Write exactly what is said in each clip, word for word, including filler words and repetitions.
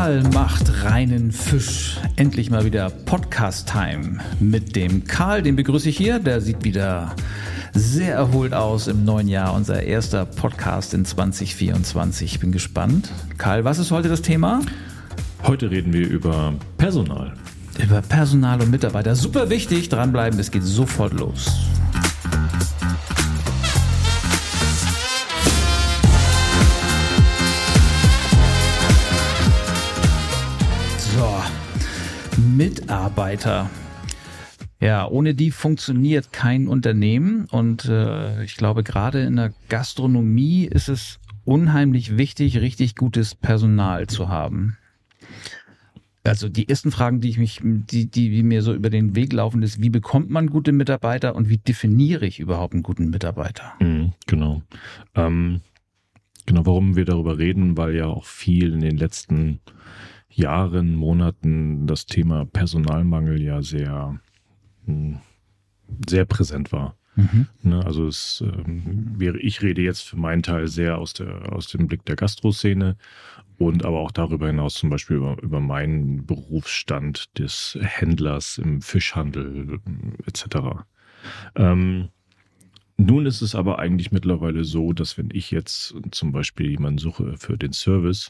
Karl macht reinen Fisch. Endlich mal wieder Podcast-Time mit dem Karl. Den begrüße ich hier. Der sieht wieder sehr erholt aus im neuen Jahr. Unser erster Podcast in zwanzig vierundzwanzig. Ich bin gespannt. Karl, was ist heute das Thema? Heute reden wir über Personal. Über Personal und Mitarbeiter. Super wichtig. Dranbleiben, es geht sofort los. So, Mitarbeiter. Ja, ohne die funktioniert kein Unternehmen und äh, ich glaube, gerade in der Gastronomie ist es unheimlich wichtig, richtig gutes Personal zu haben. Also die ersten Fragen, die ich mich, die, die mir so über den Weg laufen, ist, wie bekommt man gute Mitarbeiter und wie definiere ich überhaupt einen guten Mitarbeiter? Mhm, genau. Ähm, genau, warum wir darüber reden, weil ja auch viel in den letzten Jahren, Monaten das Thema Personalmangel ja sehr, sehr präsent war. Mhm. Ne, also es ähm, wäre, ich rede jetzt für meinen Teil sehr aus der aus dem Blick der Gastroszene und aber auch darüber hinaus zum Beispiel über, über meinen Berufsstand des Händlers im Fischhandel et cetera. Ähm, nun ist es aber eigentlich mittlerweile so, dass wenn ich jetzt zum Beispiel jemanden suche für den Service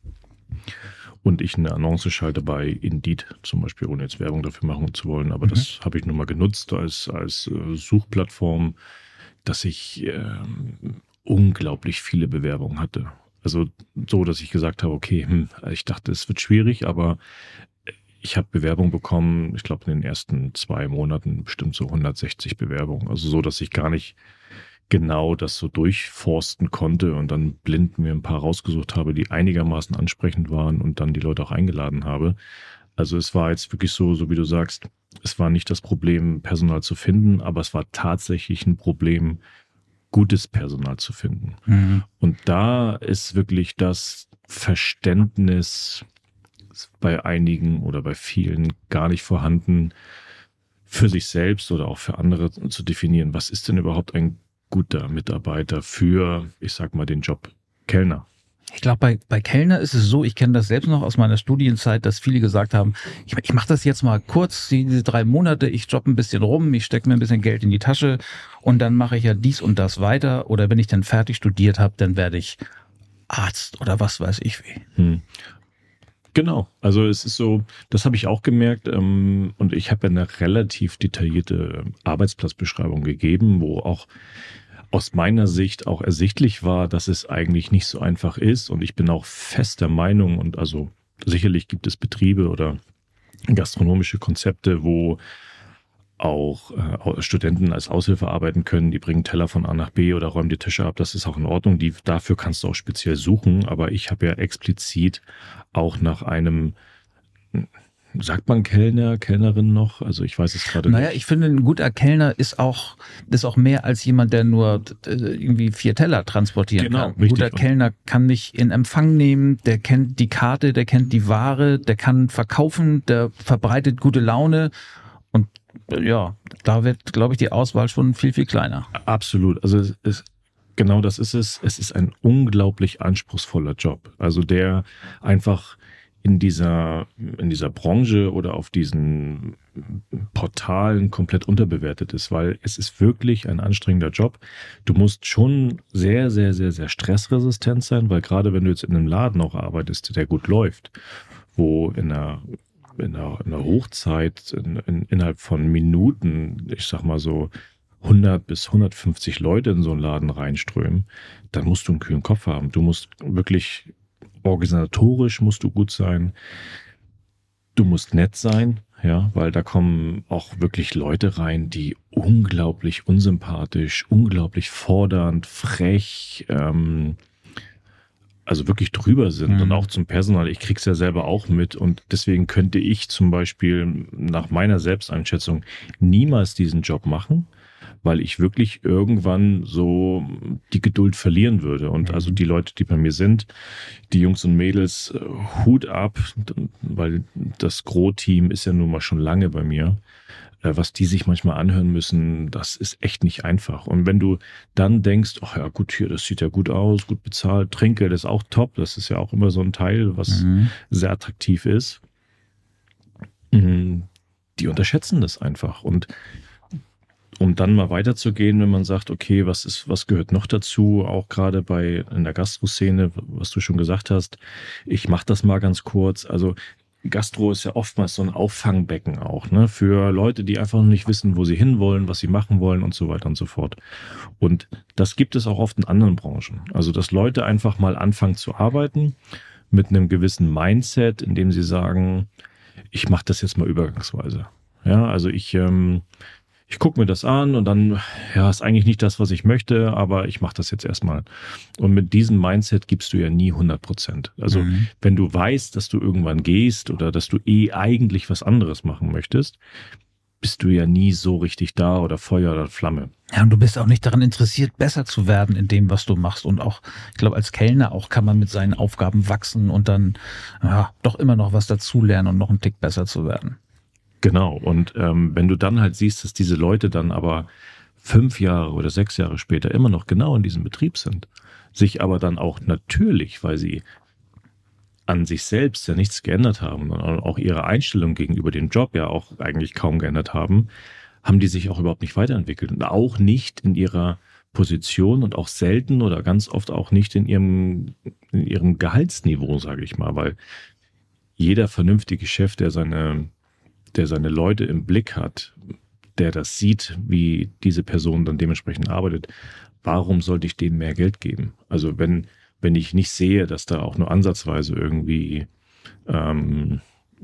und ich eine Annonce schalte bei Indeed, zum Beispiel, ohne jetzt Werbung dafür machen zu wollen, aber mhm. das habe ich nun mal genutzt als, als Suchplattform, dass ich äh, unglaublich viele Bewerbungen hatte. Also so, dass ich gesagt habe, okay, hm, ich dachte, es wird schwierig, aber ich habe Bewerbungen bekommen, ich glaube in den ersten zwei Monaten bestimmt so hundertsechzig Bewerbungen. Also so, dass ich gar nicht genau das so durchforsten konnte und dann blind mir ein paar rausgesucht habe, die einigermaßen ansprechend waren und dann die Leute auch eingeladen habe. Also es war jetzt wirklich so, so wie du sagst, es war nicht das Problem, Personal zu finden, aber es war tatsächlich ein Problem, gutes Personal zu finden. Mhm. Und da ist wirklich das Verständnis bei einigen oder bei vielen gar nicht vorhanden, für sich selbst oder auch für andere zu definieren, was ist denn überhaupt ein guter Mitarbeiter für, ich sag mal, den Job Kellner. Ich glaube, bei, bei Kellner ist es so, ich kenne das selbst noch aus meiner Studienzeit, dass viele gesagt haben, ich, ich mache das jetzt mal kurz, diese drei Monate, ich jobbe ein bisschen rum, ich stecke mir ein bisschen Geld in die Tasche und dann mache ich ja dies und das weiter oder wenn ich dann fertig studiert habe, dann werde ich Arzt oder was weiß ich wie. Hm. Genau, also es ist so, das habe ich auch gemerkt ähm, und ich habe eine relativ detaillierte Arbeitsplatzbeschreibung gegeben, wo auch aus meiner Sicht auch ersichtlich war, dass es eigentlich nicht so einfach ist und ich bin auch fest der Meinung und also sicherlich gibt es Betriebe oder gastronomische Konzepte, wo auch äh, Studenten als Aushilfe arbeiten können, die bringen Teller von A nach B oder räumen die Tische ab, das ist auch in Ordnung, die, dafür kannst du auch speziell suchen, aber ich habe ja explizit auch nach einem, sagt man Kellner, Kellnerin noch? Also ich weiß es gerade naja, nicht. Naja, ich finde, ein guter Kellner ist auch, ist auch mehr als jemand, der nur äh, irgendwie vier Teller transportieren genau, kann. Ein richtig. guter Kellner kann mich in Empfang nehmen, der kennt die Karte, der kennt die Ware, der kann verkaufen, der verbreitet gute Laune und ja, da wird, glaube ich, die Auswahl schon viel, viel kleiner. Absolut. Also es ist, genau das ist es. Es ist ein unglaublich anspruchsvoller Job. Also der einfach in dieser, in dieser Branche oder auf diesen Portalen komplett unterbewertet ist, weil es ist wirklich ein anstrengender Job. Du musst schon sehr, sehr, sehr, sehr stressresistent sein, weil gerade wenn du jetzt in einem Laden auch arbeitest, der gut läuft, wo in einer in der, in der Hochzeit in, in, innerhalb von Minuten, ich sag mal so hundert bis hundertfünfzig Leute in so einen Laden reinströmen, dann musst du einen kühlen Kopf haben. Du musst wirklich organisatorisch musst du gut sein. Du musst nett sein, ja, weil da kommen auch wirklich Leute rein, die unglaublich unsympathisch, unglaublich fordernd, frech, ähm, also wirklich drüber sind mhm. und auch zum Personal. Ich krieg's ja selber auch mit und deswegen könnte ich zum Beispiel nach meiner Selbsteinschätzung niemals diesen Job machen, weil ich wirklich irgendwann so die Geduld verlieren würde. Und also die Leute, die bei mir sind, die Jungs und Mädels, Hut ab, weil das Gros-Team ist ja nun mal schon lange bei mir. Was die sich manchmal anhören müssen, das ist echt nicht einfach. Und wenn du dann denkst, ach ja gut, hier, das sieht ja gut aus, gut bezahlt, Trinkgeld ist auch top, das ist ja auch immer so ein Teil, was mhm. sehr attraktiv ist. Die unterschätzen das einfach. Und um dann mal weiterzugehen, wenn man sagt, okay, was ist, was gehört noch dazu, auch gerade bei in der Gastro-Szene, was du schon gesagt hast, ich mache das mal ganz kurz, also Gastro ist ja oftmals so ein Auffangbecken auch, ne, für Leute, die einfach noch nicht wissen, wo sie hinwollen, was sie machen wollen und so weiter und so fort. Und das gibt es auch oft in anderen Branchen. Also, dass Leute einfach mal anfangen zu arbeiten mit einem gewissen Mindset, in dem sie sagen, ich mache das jetzt mal übergangsweise. Ja, also ich, ähm, ich gucke mir das an und dann, ja, ist eigentlich nicht das, was ich möchte, aber ich mache das jetzt erstmal. Und mit diesem Mindset gibst du ja nie hundert Prozent. Also mhm. wenn du weißt, dass du irgendwann gehst oder dass du eh eigentlich was anderes machen möchtest, bist du ja nie so richtig da oder Feuer oder Flamme. Ja, und du bist auch nicht daran interessiert, besser zu werden in dem, was du machst. Und auch, ich glaube, als Kellner auch kann man mit seinen Aufgaben wachsen und dann ja, doch immer noch was dazulernen und noch einen Tick besser zu werden. Genau, und ähm, wenn du dann halt siehst, dass diese Leute dann aber fünf Jahre oder sechs Jahre später immer noch genau in diesem Betrieb sind, sich aber dann auch natürlich, weil sie an sich selbst ja nichts geändert haben und auch ihre Einstellung gegenüber dem Job ja auch eigentlich kaum geändert haben, haben die sich auch überhaupt nicht weiterentwickelt und auch nicht in ihrer Position und auch selten oder ganz oft auch nicht in ihrem, in ihrem Gehaltsniveau, sage ich mal, weil jeder vernünftige Chef, der seine der seine Leute im Blick hat, der das sieht, wie diese Person dann dementsprechend arbeitet, warum sollte ich denen mehr Geld geben? Also wenn, wenn ich nicht sehe, dass da auch nur ansatzweise irgendwie ähm,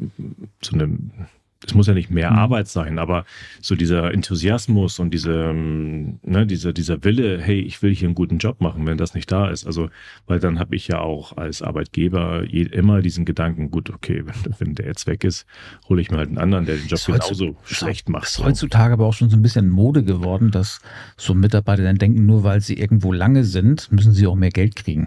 so eine, es muss ja nicht mehr mhm. Arbeit sein, aber so dieser Enthusiasmus und diese, ne, dieser, dieser Wille, hey, ich will hier einen guten Job machen, wenn das nicht da ist. Also, weil dann habe ich ja auch als Arbeitgeber je, immer diesen Gedanken, gut, okay, wenn, wenn der jetzt weg ist, hole ich mir halt einen anderen, der den Job genauso schlecht macht. Das ist heutzutage aber auch schon so ein bisschen Mode geworden, dass so Mitarbeiter dann denken, nur weil sie irgendwo lange sind, müssen sie auch mehr Geld kriegen.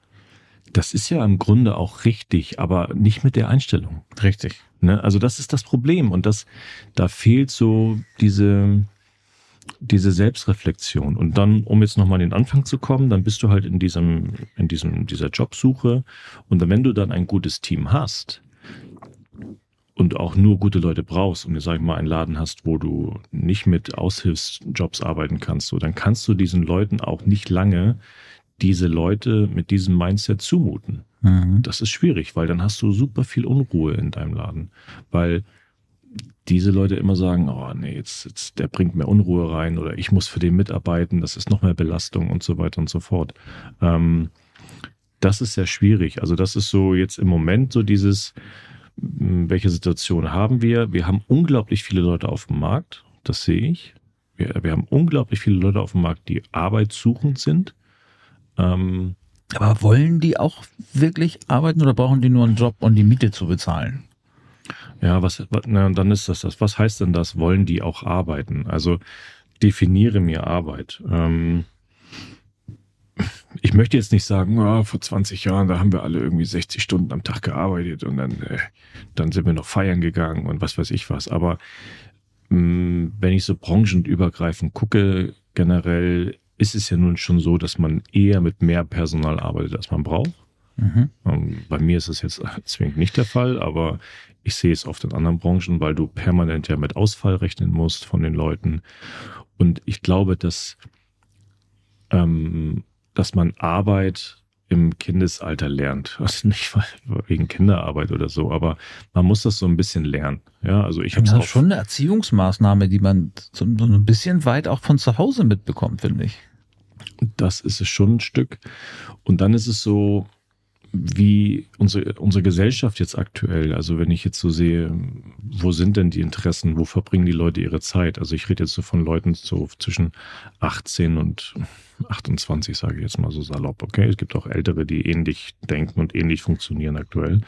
Das ist ja im Grunde auch richtig, aber nicht mit der Einstellung. Richtig. Ne? Also das ist das Problem und das, da fehlt so diese, diese Selbstreflexion. Und dann, um jetzt nochmal an den Anfang zu kommen, dann bist du halt in diesem, in diesem, dieser Jobsuche und dann, wenn du dann ein gutes Team hast und auch nur gute Leute brauchst und, sag ich mal, einen Laden hast, wo du nicht mit Aushilfsjobs arbeiten kannst, so, dann kannst du diesen Leuten auch nicht lange diese Leute mit diesem Mindset zumuten. Mhm. Das ist schwierig, weil dann hast du super viel Unruhe in deinem Laden. Weil diese Leute immer sagen, oh nee, jetzt, jetzt der bringt mehr Unruhe rein oder ich muss für den mitarbeiten, das ist noch mehr Belastung und so weiter und so fort. Ähm, das ist sehr schwierig. Also das ist so jetzt im Moment so dieses, welche Situation haben wir? Wir haben unglaublich viele Leute auf dem Markt, das sehe ich. Wir, wir haben unglaublich viele Leute auf dem Markt, die arbeitssuchend sind. Aber wollen die auch wirklich arbeiten oder brauchen die nur einen Job, um die Miete zu bezahlen? Ja, was, na, dann ist das das. Was heißt denn das? Wollen die auch arbeiten? Also definiere mir Arbeit. Ähm, ich möchte jetzt nicht sagen, oh, vor zwanzig Jahren, da haben wir alle irgendwie sechzig Stunden am Tag gearbeitet und dann, äh, dann sind wir noch feiern gegangen und was weiß ich was. Aber mh, wenn ich so branchenübergreifend gucke, generell ist es ja nun schon so, dass man eher mit mehr Personal arbeitet, als man braucht. Mhm. Bei mir ist es jetzt zwingend nicht der Fall, aber ich sehe es oft in anderen Branchen, weil du permanent ja mit Ausfall rechnen musst von den Leuten. Und ich glaube, dass, ähm, dass man Arbeit im Kindesalter lernt. Also nicht wegen Kinderarbeit oder so, aber man muss das so ein bisschen lernen. Ja, also ich habe das ist schon eine Erziehungsmaßnahme, die man so, so ein bisschen weit auch von zu Hause mitbekommt, finde ich. Das ist es schon ein Stück. Und dann ist es so, wie unsere, unsere Gesellschaft jetzt aktuell, also wenn ich jetzt so sehe, wo sind denn die Interessen, wo verbringen die Leute ihre Zeit? Also ich rede jetzt so von Leuten so zwischen achtzehn und achtundzwanzig, sage ich jetzt mal so salopp, okay? Es gibt auch Ältere, die ähnlich denken und ähnlich funktionieren aktuell.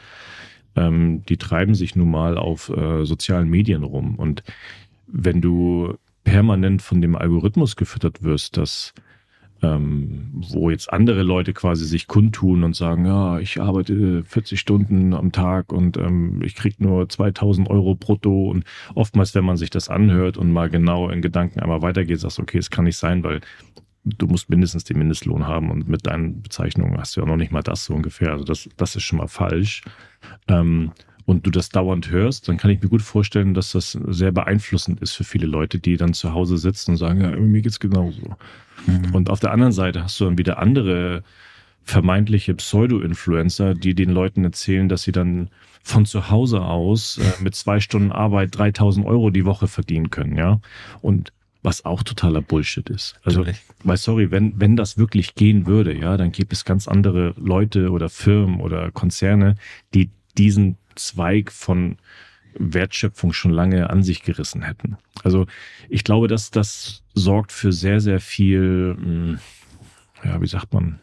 Ähm, die treiben sich nun mal auf äh, sozialen Medien rum. Und wenn du permanent von dem Algorithmus gefüttert wirst, dass ähm, wo jetzt andere Leute quasi sich kundtun und sagen, ja, ich arbeite vierzig Stunden am Tag und ähm, ich krieg nur zweitausend Euro brutto, und oftmals, wenn man sich das anhört und mal genau in Gedanken einmal weitergeht, sagst du, okay, es kann nicht sein, weil du musst mindestens den Mindestlohn haben, und mit deinen Bezeichnungen hast du ja noch nicht mal das so ungefähr. Also das, das ist schon mal falsch. Ähm, und du das dauernd hörst, dann kann ich mir gut vorstellen, dass das sehr beeinflussend ist für viele Leute, die dann zu Hause sitzen und sagen, ja, mir geht's genauso. Mhm. Und auf der anderen Seite hast du dann wieder andere vermeintliche Pseudo-Influencer, die den Leuten erzählen, dass sie dann von zu Hause aus äh, mit zwei Stunden Arbeit dreitausend Euro die Woche verdienen können, ja. Und was auch totaler Bullshit ist. Also, Natürlich. weil sorry, wenn, wenn das wirklich gehen würde, ja, dann gibt es ganz andere Leute oder Firmen oder Konzerne, die diesen Zweig von Wertschöpfung schon lange an sich gerissen hätten. Also ich glaube, dass das sorgt für sehr, sehr viel, ja, wie sagt man,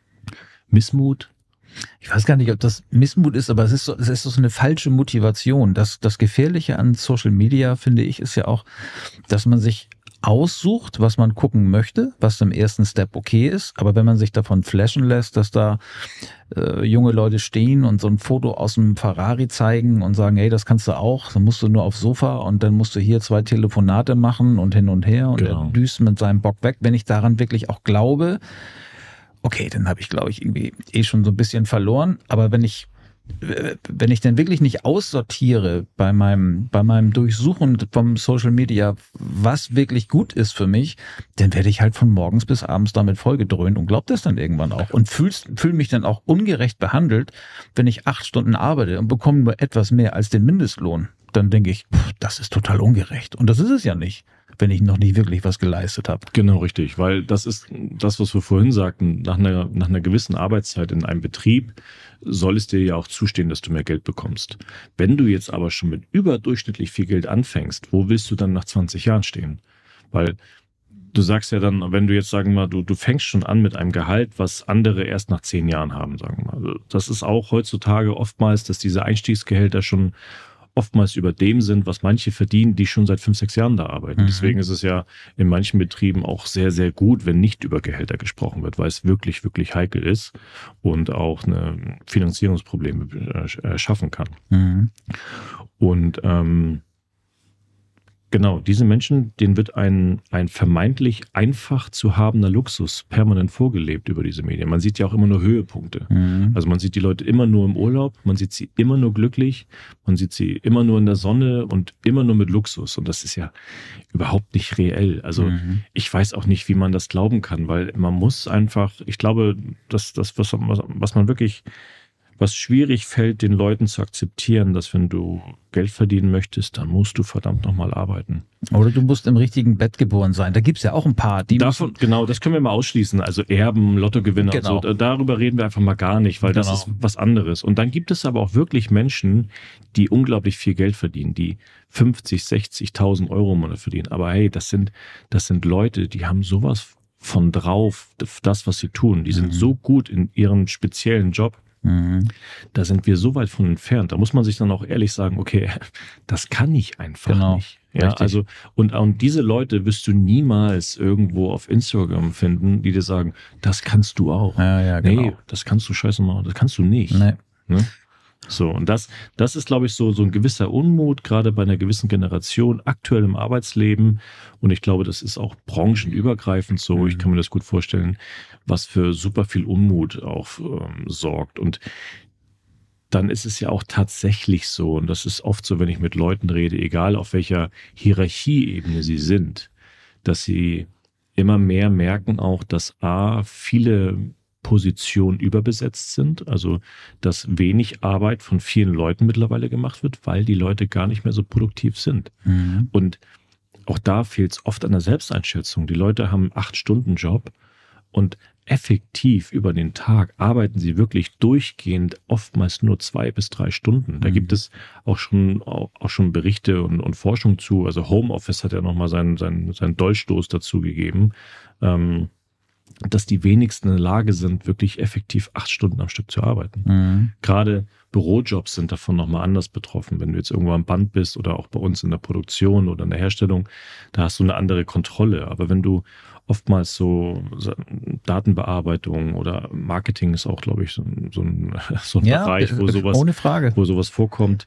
Missmut. Ich weiß gar nicht, ob das Missmut ist, aber es ist so, es ist so eine falsche Motivation. Das, das Gefährliche an Social Media, finde ich, ist ja auch, dass man sich aussucht, was man gucken möchte, was im ersten Step okay ist, aber wenn man sich davon flashen lässt, dass da äh, junge Leute stehen und so ein Foto aus dem Ferrari zeigen und sagen, hey, das kannst du auch, dann musst du nur aufs Sofa und dann musst du hier zwei Telefonate machen und hin und her, und genau. Er düst mit seinem Bock weg. Wenn ich daran wirklich auch glaube, okay, dann habe ich, glaube ich, irgendwie eh schon so ein bisschen verloren, aber wenn ich wenn ich denn wirklich nicht aussortiere bei meinem, bei meinem Durchsuchen vom Social Media, was wirklich gut ist für mich, dann werde ich halt von morgens bis abends damit vollgedröhnt und glaube das dann irgendwann auch und fühle fühl mich dann auch ungerecht behandelt, wenn ich acht Stunden arbeite und bekomme nur etwas mehr als den Mindestlohn. Dann denke ich, pff, das ist total ungerecht. Und das ist es ja nicht, wenn ich noch nicht wirklich was geleistet habe. Genau, richtig, weil das ist das, was wir vorhin sagten, nach einer, nach einer gewissen Arbeitszeit in einem Betrieb soll es dir ja auch zustehen, dass du mehr Geld bekommst. Wenn du jetzt aber schon mit überdurchschnittlich viel Geld anfängst, wo willst du dann nach zwanzig Jahren stehen? Weil du sagst ja dann, wenn du jetzt, sagen wir mal, du, du fängst schon an mit einem Gehalt, was andere erst nach zehn Jahren haben, sagen wir mal. Das ist auch heutzutage oftmals, dass diese Einstiegsgehälter schon oftmals über dem sind, was manche verdienen, die schon seit fünf, sechs Jahren da arbeiten. Mhm. Deswegen ist es ja in manchen Betrieben auch sehr, sehr gut, wenn nicht über Gehälter gesprochen wird, weil es wirklich, wirklich heikel ist und auch eine Finanzierungsprobleme äh, schaffen kann. Mhm. Und ähm, genau, diese Menschen, denen wird ein, ein vermeintlich einfach zu habender Luxus permanent vorgelebt über diese Medien. Man sieht ja auch immer nur Höhepunkte. Mhm. Also man sieht die Leute immer nur im Urlaub, man sieht sie immer nur glücklich, man sieht sie immer nur in der Sonne und immer nur mit Luxus. Und das ist ja überhaupt nicht reell. Also mhm. ich weiß auch nicht, wie man das glauben kann, weil man muss einfach, ich glaube, dass das, was, was man wirklich... Was schwierig fällt, den Leuten zu akzeptieren, dass wenn du Geld verdienen möchtest, dann musst du verdammt nochmal arbeiten. Oder du musst im richtigen Bett geboren sein. Da gibt's ja auch ein paar. Die Davon, genau, das können wir mal ausschließen. Also Erben, Lottogewinner genau. und so. Darüber reden wir einfach mal gar nicht, weil genau. das ist was anderes. Und dann gibt es aber auch wirklich Menschen, die unglaublich viel Geld verdienen, die fünfzig, sechzigtausend Euro im Monat verdienen. Aber hey, das sind, das sind Leute, die haben sowas von drauf, das, was sie tun. Die sind mhm. so gut in ihrem speziellen Job. Mhm. Da sind wir so weit von entfernt. Da muss man sich dann auch ehrlich sagen, okay, das kann ich einfach genau, nicht. Ja, richtig. Also, und, und diese Leute wirst du niemals irgendwo auf Instagram finden, die dir sagen, das kannst du auch. Ja, ja, genau. Nee, das kannst du scheiße machen, das kannst du nicht. Nee. Ne? So, und das, das ist, glaube ich, so, so ein gewisser Unmut, gerade bei einer gewissen Generation, aktuell im Arbeitsleben. Und ich glaube, das ist auch branchenübergreifend so. Mhm. Ich kann mir das gut vorstellen, was für super viel Unmut auch ähm, sorgt. Und dann ist es ja auch tatsächlich so, und das ist oft so, wenn ich mit Leuten rede, egal auf welcher Hierarchieebene sie sind, dass sie immer mehr merken auch, dass A, viele Positionen überbesetzt sind, also dass wenig Arbeit von vielen Leuten mittlerweile gemacht wird, weil die Leute gar nicht mehr so produktiv sind. Mhm. Und auch da fehlt es oft an der Selbsteinschätzung. Die Leute haben einen acht-Stunden-Job und effektiv über den Tag arbeiten sie wirklich durchgehend oftmals nur zwei bis drei Stunden. Da mhm. gibt es auch schon, auch, auch schon Berichte und, und Forschung zu. Also Homeoffice hat ja nochmal seinen, seinen, seinen Dolchstoß dazu gegeben. Ähm, dass die wenigsten in der Lage sind, wirklich effektiv acht Stunden am Stück zu arbeiten. Mhm. Gerade Bürojobs sind davon nochmal anders betroffen. Wenn du jetzt irgendwo am Band bist oder auch bei uns in der Produktion oder in der Herstellung, da hast du eine andere Kontrolle. Aber wenn du oftmals so Datenbearbeitung oder Marketing ist auch, glaube ich, so, so ein, so ein Ja, Bereich, wo sowas, ohne Frage. wo sowas vorkommt.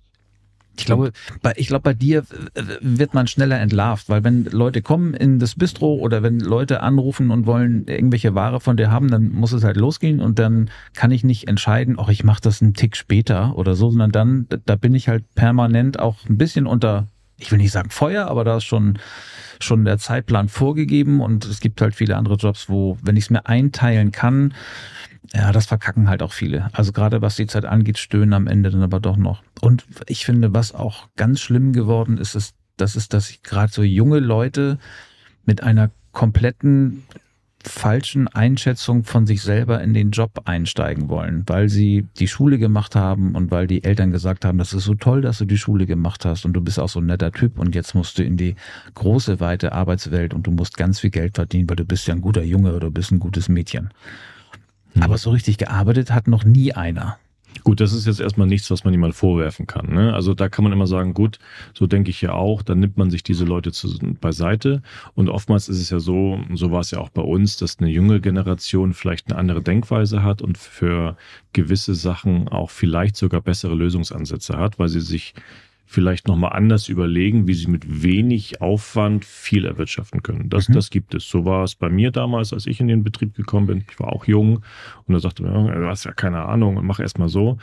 Ich glaube, bei, ich glaube, bei dir wird man schneller entlarvt, weil wenn Leute kommen in das Bistro oder wenn Leute anrufen und wollen irgendwelche Ware von dir haben, dann muss es halt losgehen und dann kann ich nicht entscheiden, ach, ich mache das einen Tick später oder so, sondern dann, da bin ich halt permanent auch ein bisschen unter, ich will nicht sagen Feuer, aber da ist schon, schon der Zeitplan vorgegeben und es gibt halt viele andere Jobs, wo, wenn ich es mir einteilen kann, ja, das verkacken halt auch viele. Also gerade was die Zeit angeht, stöhnen am Ende dann aber doch noch. Und ich finde, was auch ganz schlimm geworden ist, ist, das ist, dass gerade so junge Leute mit einer kompletten falschen Einschätzung von sich selber in den Job einsteigen wollen, weil sie die Schule gemacht haben und weil die Eltern gesagt haben, das ist so toll, dass du die Schule gemacht hast und du bist auch so ein netter Typ und jetzt musst du in die große, weite Arbeitswelt und du musst ganz viel Geld verdienen, weil du bist ja ein guter Junge oder du bist ein gutes Mädchen. Aber so richtig gearbeitet hat noch nie einer. Gut, das ist jetzt erstmal nichts, was man jemand vorwerfen kann. Ne? Also da kann man immer sagen, gut, so denke ich ja auch, dann nimmt man sich diese Leute zu, beiseite. Und oftmals ist es ja so, so war es ja auch bei uns, dass eine junge Generation vielleicht eine andere Denkweise hat und für gewisse Sachen auch vielleicht sogar bessere Lösungsansätze hat, weil sie sich vielleicht nochmal anders überlegen, wie sie mit wenig Aufwand viel erwirtschaften können. Das, mhm. das gibt es. So war es bei mir damals, als ich in den Betrieb gekommen bin. Ich war auch jung und da sagte man, ja, du hast ja keine Ahnung und mach erst mal so.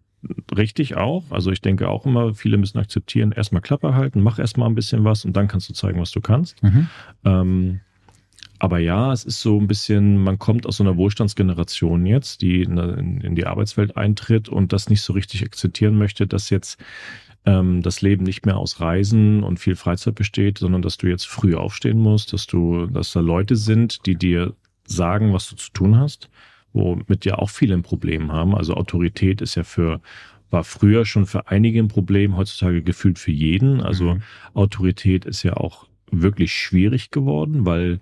Richtig auch. Also ich denke auch immer, viele müssen akzeptieren, erstmal Klappe halten, mach erstmal ein bisschen was und dann kannst du zeigen, was du kannst. Mhm. Ähm, aber ja, es ist so ein bisschen, man kommt aus so einer Wohlstandsgeneration jetzt, die in, in, in die Arbeitswelt eintritt und das nicht so richtig akzeptieren möchte, dass jetzt das Leben nicht mehr aus Reisen und viel Freizeit besteht, sondern dass du jetzt früh aufstehen musst, dass du, dass da Leute sind, die dir sagen, was du zu tun hast, womit ja auch viele ein Problem haben. Also Autorität ist ja für, war früher schon für einige ein Problem, heutzutage gefühlt für jeden. Also mhm. Autorität ist ja auch wirklich schwierig geworden, weil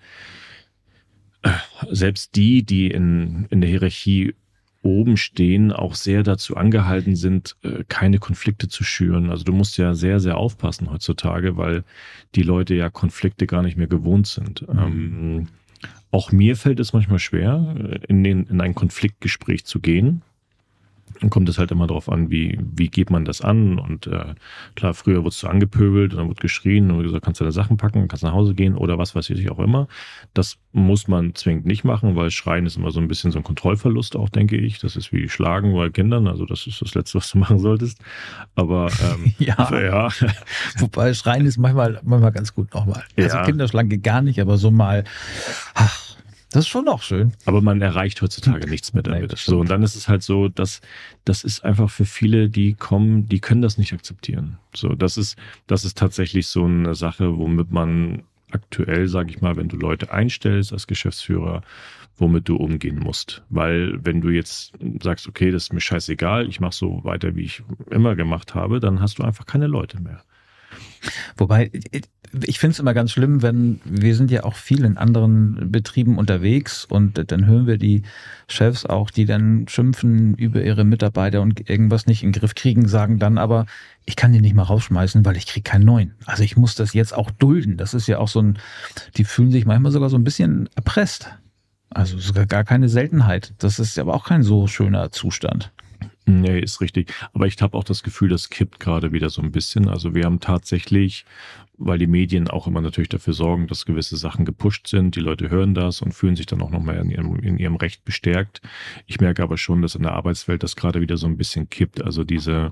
äh, selbst die, die in, in der Hierarchie oben stehen, auch sehr dazu angehalten sind, keine Konflikte zu schüren. Also du musst ja sehr, sehr aufpassen heutzutage, weil die Leute ja Konflikte gar nicht mehr gewohnt sind. Mhm. Ähm, auch mir fällt es manchmal schwer, in, den, in ein Konfliktgespräch zu gehen. Dann kommt es halt immer darauf an, wie, wie geht man das an. Und äh, klar, früher wurdest du angepöbelt und dann wurde geschrien und gesagt, kannst du deine Sachen packen, kannst nach Hause gehen oder was weiß ich auch immer. Das muss man zwingend nicht machen, weil Schreien ist immer so ein bisschen so ein Kontrollverlust auch, denke ich. Das ist wie Schlagen bei Kindern, also das ist das Letzte, was du machen solltest. Aber ähm, ja. ja, wobei Schreien ist manchmal, manchmal ganz gut nochmal. Also ja. Kinderschlagen geht gar nicht, aber so mal, ach, das ist schon auch schön. Aber man erreicht heutzutage nichts mehr damit. Nee, so, und dann ist es halt so, dass das ist einfach für viele, die kommen, die können das nicht akzeptieren. So, das ist, das ist tatsächlich so eine Sache, womit man aktuell, sage ich mal, wenn du Leute einstellst als Geschäftsführer, womit du umgehen musst. Weil wenn du jetzt sagst, okay, das ist mir scheißegal, ich mache so weiter, wie ich immer gemacht habe, dann hast du einfach keine Leute mehr. Wobei, ich finde es immer ganz schlimm, wenn, wir sind ja auch viel in anderen Betrieben unterwegs und dann hören wir die Chefs auch, die dann schimpfen über ihre Mitarbeiter und irgendwas nicht in den Griff kriegen, sagen dann aber, ich kann die nicht mal rausschmeißen, weil ich kriege keinen neuen. Also ich muss das jetzt auch dulden. Das ist ja auch so ein, die fühlen sich manchmal sogar so ein bisschen erpresst. Also sogar gar keine Seltenheit. Das ist aber auch kein so schöner Zustand. Nee, ist richtig. Aber ich habe auch das Gefühl, das kippt gerade wieder so ein bisschen. Also wir haben tatsächlich, weil die Medien auch immer natürlich dafür sorgen, dass gewisse Sachen gepusht sind. Die Leute hören das und fühlen sich dann auch nochmal in ihrem, in ihrem Recht bestärkt. Ich merke aber schon, dass in der Arbeitswelt das gerade wieder so ein bisschen kippt. Also diese,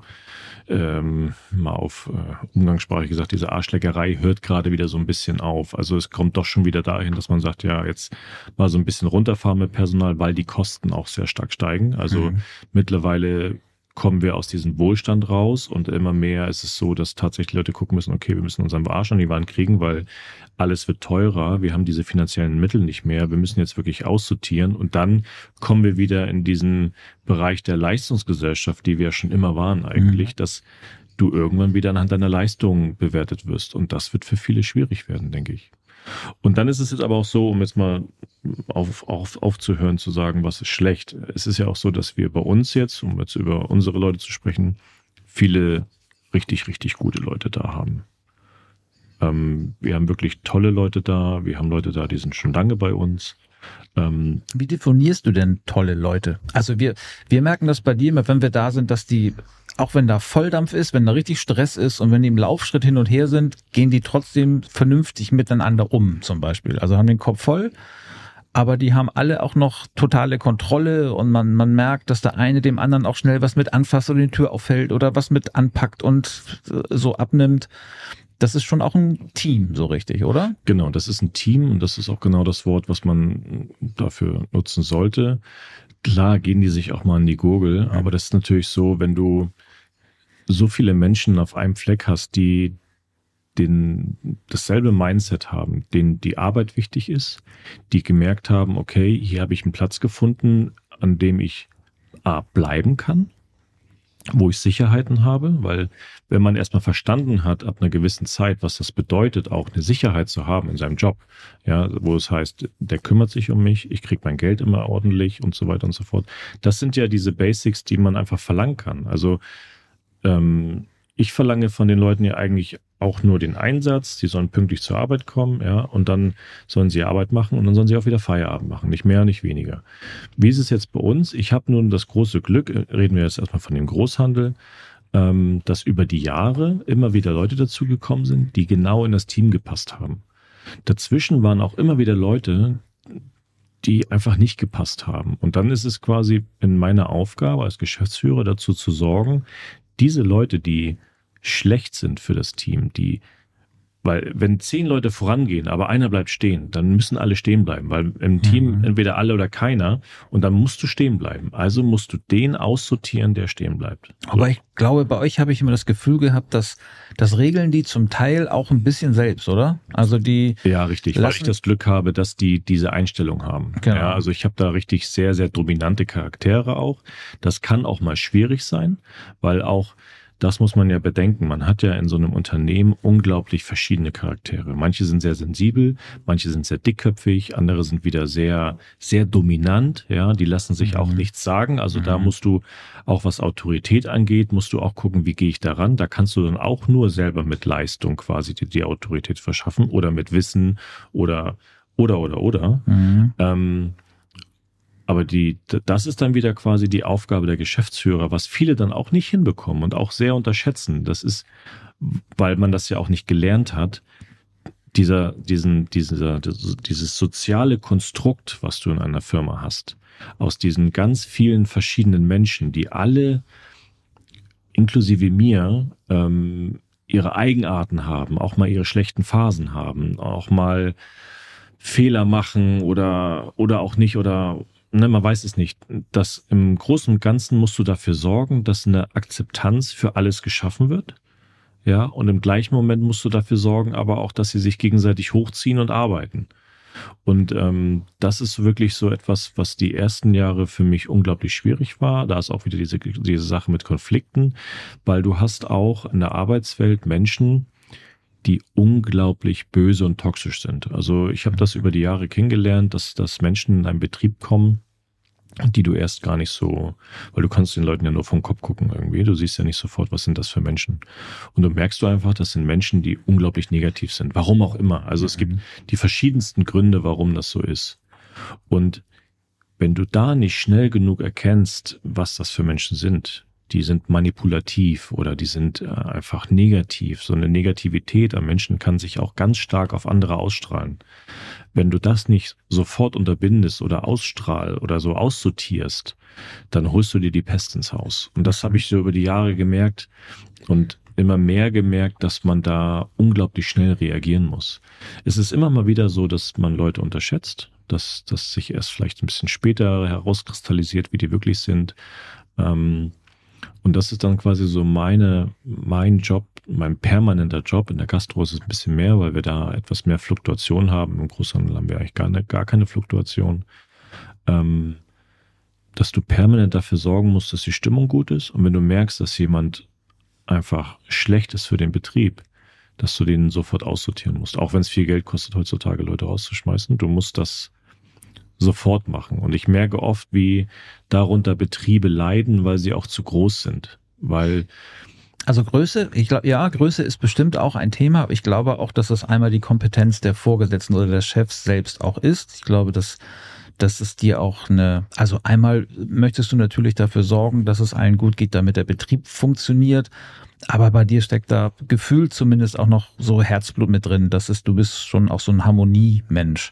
ähm, mal auf äh, umgangssprachlich gesagt, diese Arschleckerei hört gerade wieder so ein bisschen auf. Also es kommt doch schon wieder dahin, dass man sagt, ja, jetzt mal so ein bisschen runterfahren mit Personal, weil die Kosten auch sehr stark steigen. Also mhm. mittlerweile kommen wir aus diesem Wohlstand raus und immer mehr ist es so, dass tatsächlich Leute gucken müssen, okay, wir müssen unseren Arsch an die Wand kriegen, weil alles wird teurer, wir haben diese finanziellen Mittel nicht mehr, wir müssen jetzt wirklich aussortieren und dann kommen wir wieder in diesen Bereich der Leistungsgesellschaft, die wir schon immer waren eigentlich, mhm. dass du irgendwann wieder anhand deiner Leistung bewertet wirst und das wird für viele schwierig werden, denke ich. Und dann ist es jetzt aber auch so, um jetzt mal auf, auf, aufzuhören, zu sagen, was ist schlecht. Es ist ja auch so, dass wir bei uns jetzt, um jetzt über unsere Leute zu sprechen, viele richtig, richtig gute Leute da haben. Ähm, wir haben wirklich tolle Leute da. Wir haben Leute da, die sind schon lange bei uns. Ähm, Wie definierst du denn tolle Leute? Also wir, wir merken das bei dir immer, wenn wir da sind, dass die, auch wenn da Volldampf ist, wenn da richtig Stress ist und wenn die im Laufschritt hin und her sind, gehen die trotzdem vernünftig miteinander um, zum Beispiel. Also haben den Kopf voll, aber die haben alle auch noch totale Kontrolle und man, man merkt, dass der eine dem anderen auch schnell was mit anfasst oder die Tür auffällt oder was mit anpackt und so abnimmt. Das ist schon auch ein Team, so richtig, oder? Genau, das ist ein Team und das ist auch genau das Wort, was man dafür nutzen sollte. Klar gehen die sich auch mal in die Gurgel, aber das ist natürlich so, wenn du so viele Menschen auf einem Fleck hast, die den, dasselbe Mindset haben, denen die Arbeit wichtig ist, die gemerkt haben, okay, hier habe ich einen Platz gefunden, an dem ich A, bleiben kann, wo ich Sicherheiten habe, weil wenn man erstmal verstanden hat, ab einer gewissen Zeit, was das bedeutet, auch eine Sicherheit zu haben in seinem Job, ja, wo es heißt, der kümmert sich um mich, ich kriege mein Geld immer ordentlich und so weiter und so fort. Das sind ja diese Basics, die man einfach verlangen kann. Also ähm, ich verlange von den Leuten ja eigentlich auch nur den Einsatz, die sollen pünktlich zur Arbeit kommen, ja, und dann sollen sie Arbeit machen und dann sollen sie auch wieder Feierabend machen, nicht mehr, nicht weniger. Wie ist es jetzt bei uns? Ich habe nun das große Glück, reden wir jetzt erstmal von dem Großhandel, ähm, dass über die Jahre immer wieder Leute dazugekommen sind, die genau in das Team gepasst haben. Dazwischen waren auch immer wieder Leute, die einfach nicht gepasst haben. Und dann ist es quasi in meiner Aufgabe als Geschäftsführer dazu zu sorgen, diese Leute, die schlecht sind für das Team, die, weil wenn zehn Leute vorangehen, aber einer bleibt stehen, dann müssen alle stehen bleiben, weil im Team Mhm. entweder alle oder keiner und dann musst du stehen bleiben. Also musst du den aussortieren, der stehen bleibt. Aber ich glaube, bei euch habe ich immer das Gefühl gehabt, dass das regeln die zum Teil auch ein bisschen selbst, oder? Also die Ja, richtig, weil lassen- ich das Glück habe, dass die diese Einstellung haben. Genau. Ja, also ich habe da richtig sehr, sehr dominante Charaktere auch. Das kann auch mal schwierig sein, weil auch das muss man ja bedenken. Man hat ja in so einem Unternehmen unglaublich verschiedene Charaktere. Manche sind sehr sensibel, manche sind sehr dickköpfig, andere sind wieder sehr, sehr dominant. Ja, die lassen sich Mhm. auch nichts sagen. Also da Mhm. musst du auch, was Autorität angeht, musst du auch gucken, wie gehe ich daran. Da kannst du dann auch nur selber mit Leistung quasi die, die Autorität verschaffen oder mit Wissen oder, oder, oder, oder. Mhm. Ähm, Aber die, das ist dann wieder quasi die Aufgabe der Geschäftsführer, was viele dann auch nicht hinbekommen und auch sehr unterschätzen. Das ist, weil man das ja auch nicht gelernt hat, dieser, diesen, dieser, dieses soziale Konstrukt, was du in einer Firma hast, aus diesen ganz vielen verschiedenen Menschen, die alle, inklusive mir, ähm, ihre Eigenarten haben, auch mal ihre schlechten Phasen haben, auch mal Fehler machen oder, oder auch nicht oder Ne, man weiß es nicht. Das im Großen und Ganzen musst du dafür sorgen, dass eine Akzeptanz für alles geschaffen wird. Ja, und im gleichen Moment musst du dafür sorgen, aber auch, dass sie sich gegenseitig hochziehen und arbeiten. Und ähm, das ist wirklich so etwas, was die ersten Jahre für mich unglaublich schwierig war. Da ist auch wieder diese, diese Sache mit Konflikten, weil du hast auch in der Arbeitswelt Menschen, die unglaublich böse und toxisch sind. Also ich habe das über die Jahre kennengelernt, dass, dass Menschen in einen Betrieb kommen, die du erst gar nicht so, weil du kannst den Leuten ja nur vom Kopf gucken irgendwie. Du siehst ja nicht sofort, was sind das für Menschen. Und du merkst du einfach, das sind Menschen, die unglaublich negativ sind. Warum auch immer. Also es gibt die verschiedensten Gründe, warum das so ist. Und wenn du da nicht schnell genug erkennst, was das für Menschen sind, die sind manipulativ oder die sind äh, einfach negativ. So eine Negativität am Menschen kann sich auch ganz stark auf andere ausstrahlen. Wenn du das nicht sofort unterbindest oder ausstrahl oder so aussortierst, dann holst du dir die Pest ins Haus. Und das habe ich so über die Jahre gemerkt und immer mehr gemerkt, dass man da unglaublich schnell reagieren muss. Es ist immer mal wieder so, dass man Leute unterschätzt, dass das sich erst vielleicht ein bisschen später herauskristallisiert, wie die wirklich sind. Ähm, Und das ist dann quasi so meine, mein Job, mein permanenter Job. In der Gastro ist es ein bisschen mehr, weil wir da etwas mehr Fluktuation haben. Im Großhandel haben wir eigentlich gar, nicht, gar keine Fluktuation. Ähm, dass du permanent dafür sorgen musst, dass die Stimmung gut ist. Und wenn du merkst, dass jemand einfach schlecht ist für den Betrieb, dass du den sofort aussortieren musst. Auch wenn es viel Geld kostet, heutzutage Leute rauszuschmeißen. Du musst das sofort machen. Und ich merke oft, wie darunter Betriebe leiden, weil sie auch zu groß sind. Weil Also Größe, ich glaube, ja, Größe ist bestimmt auch ein Thema, aber ich glaube auch, dass das einmal die Kompetenz der Vorgesetzten oder der Chefs selbst auch ist. Ich glaube, dass, dass es dir auch eine, also einmal möchtest du natürlich dafür sorgen, dass es allen gut geht, damit der Betrieb funktioniert. Aber bei dir steckt da gefühlt zumindest auch noch so Herzblut mit drin. Das ist, du bist schon auch so ein Harmoniemensch.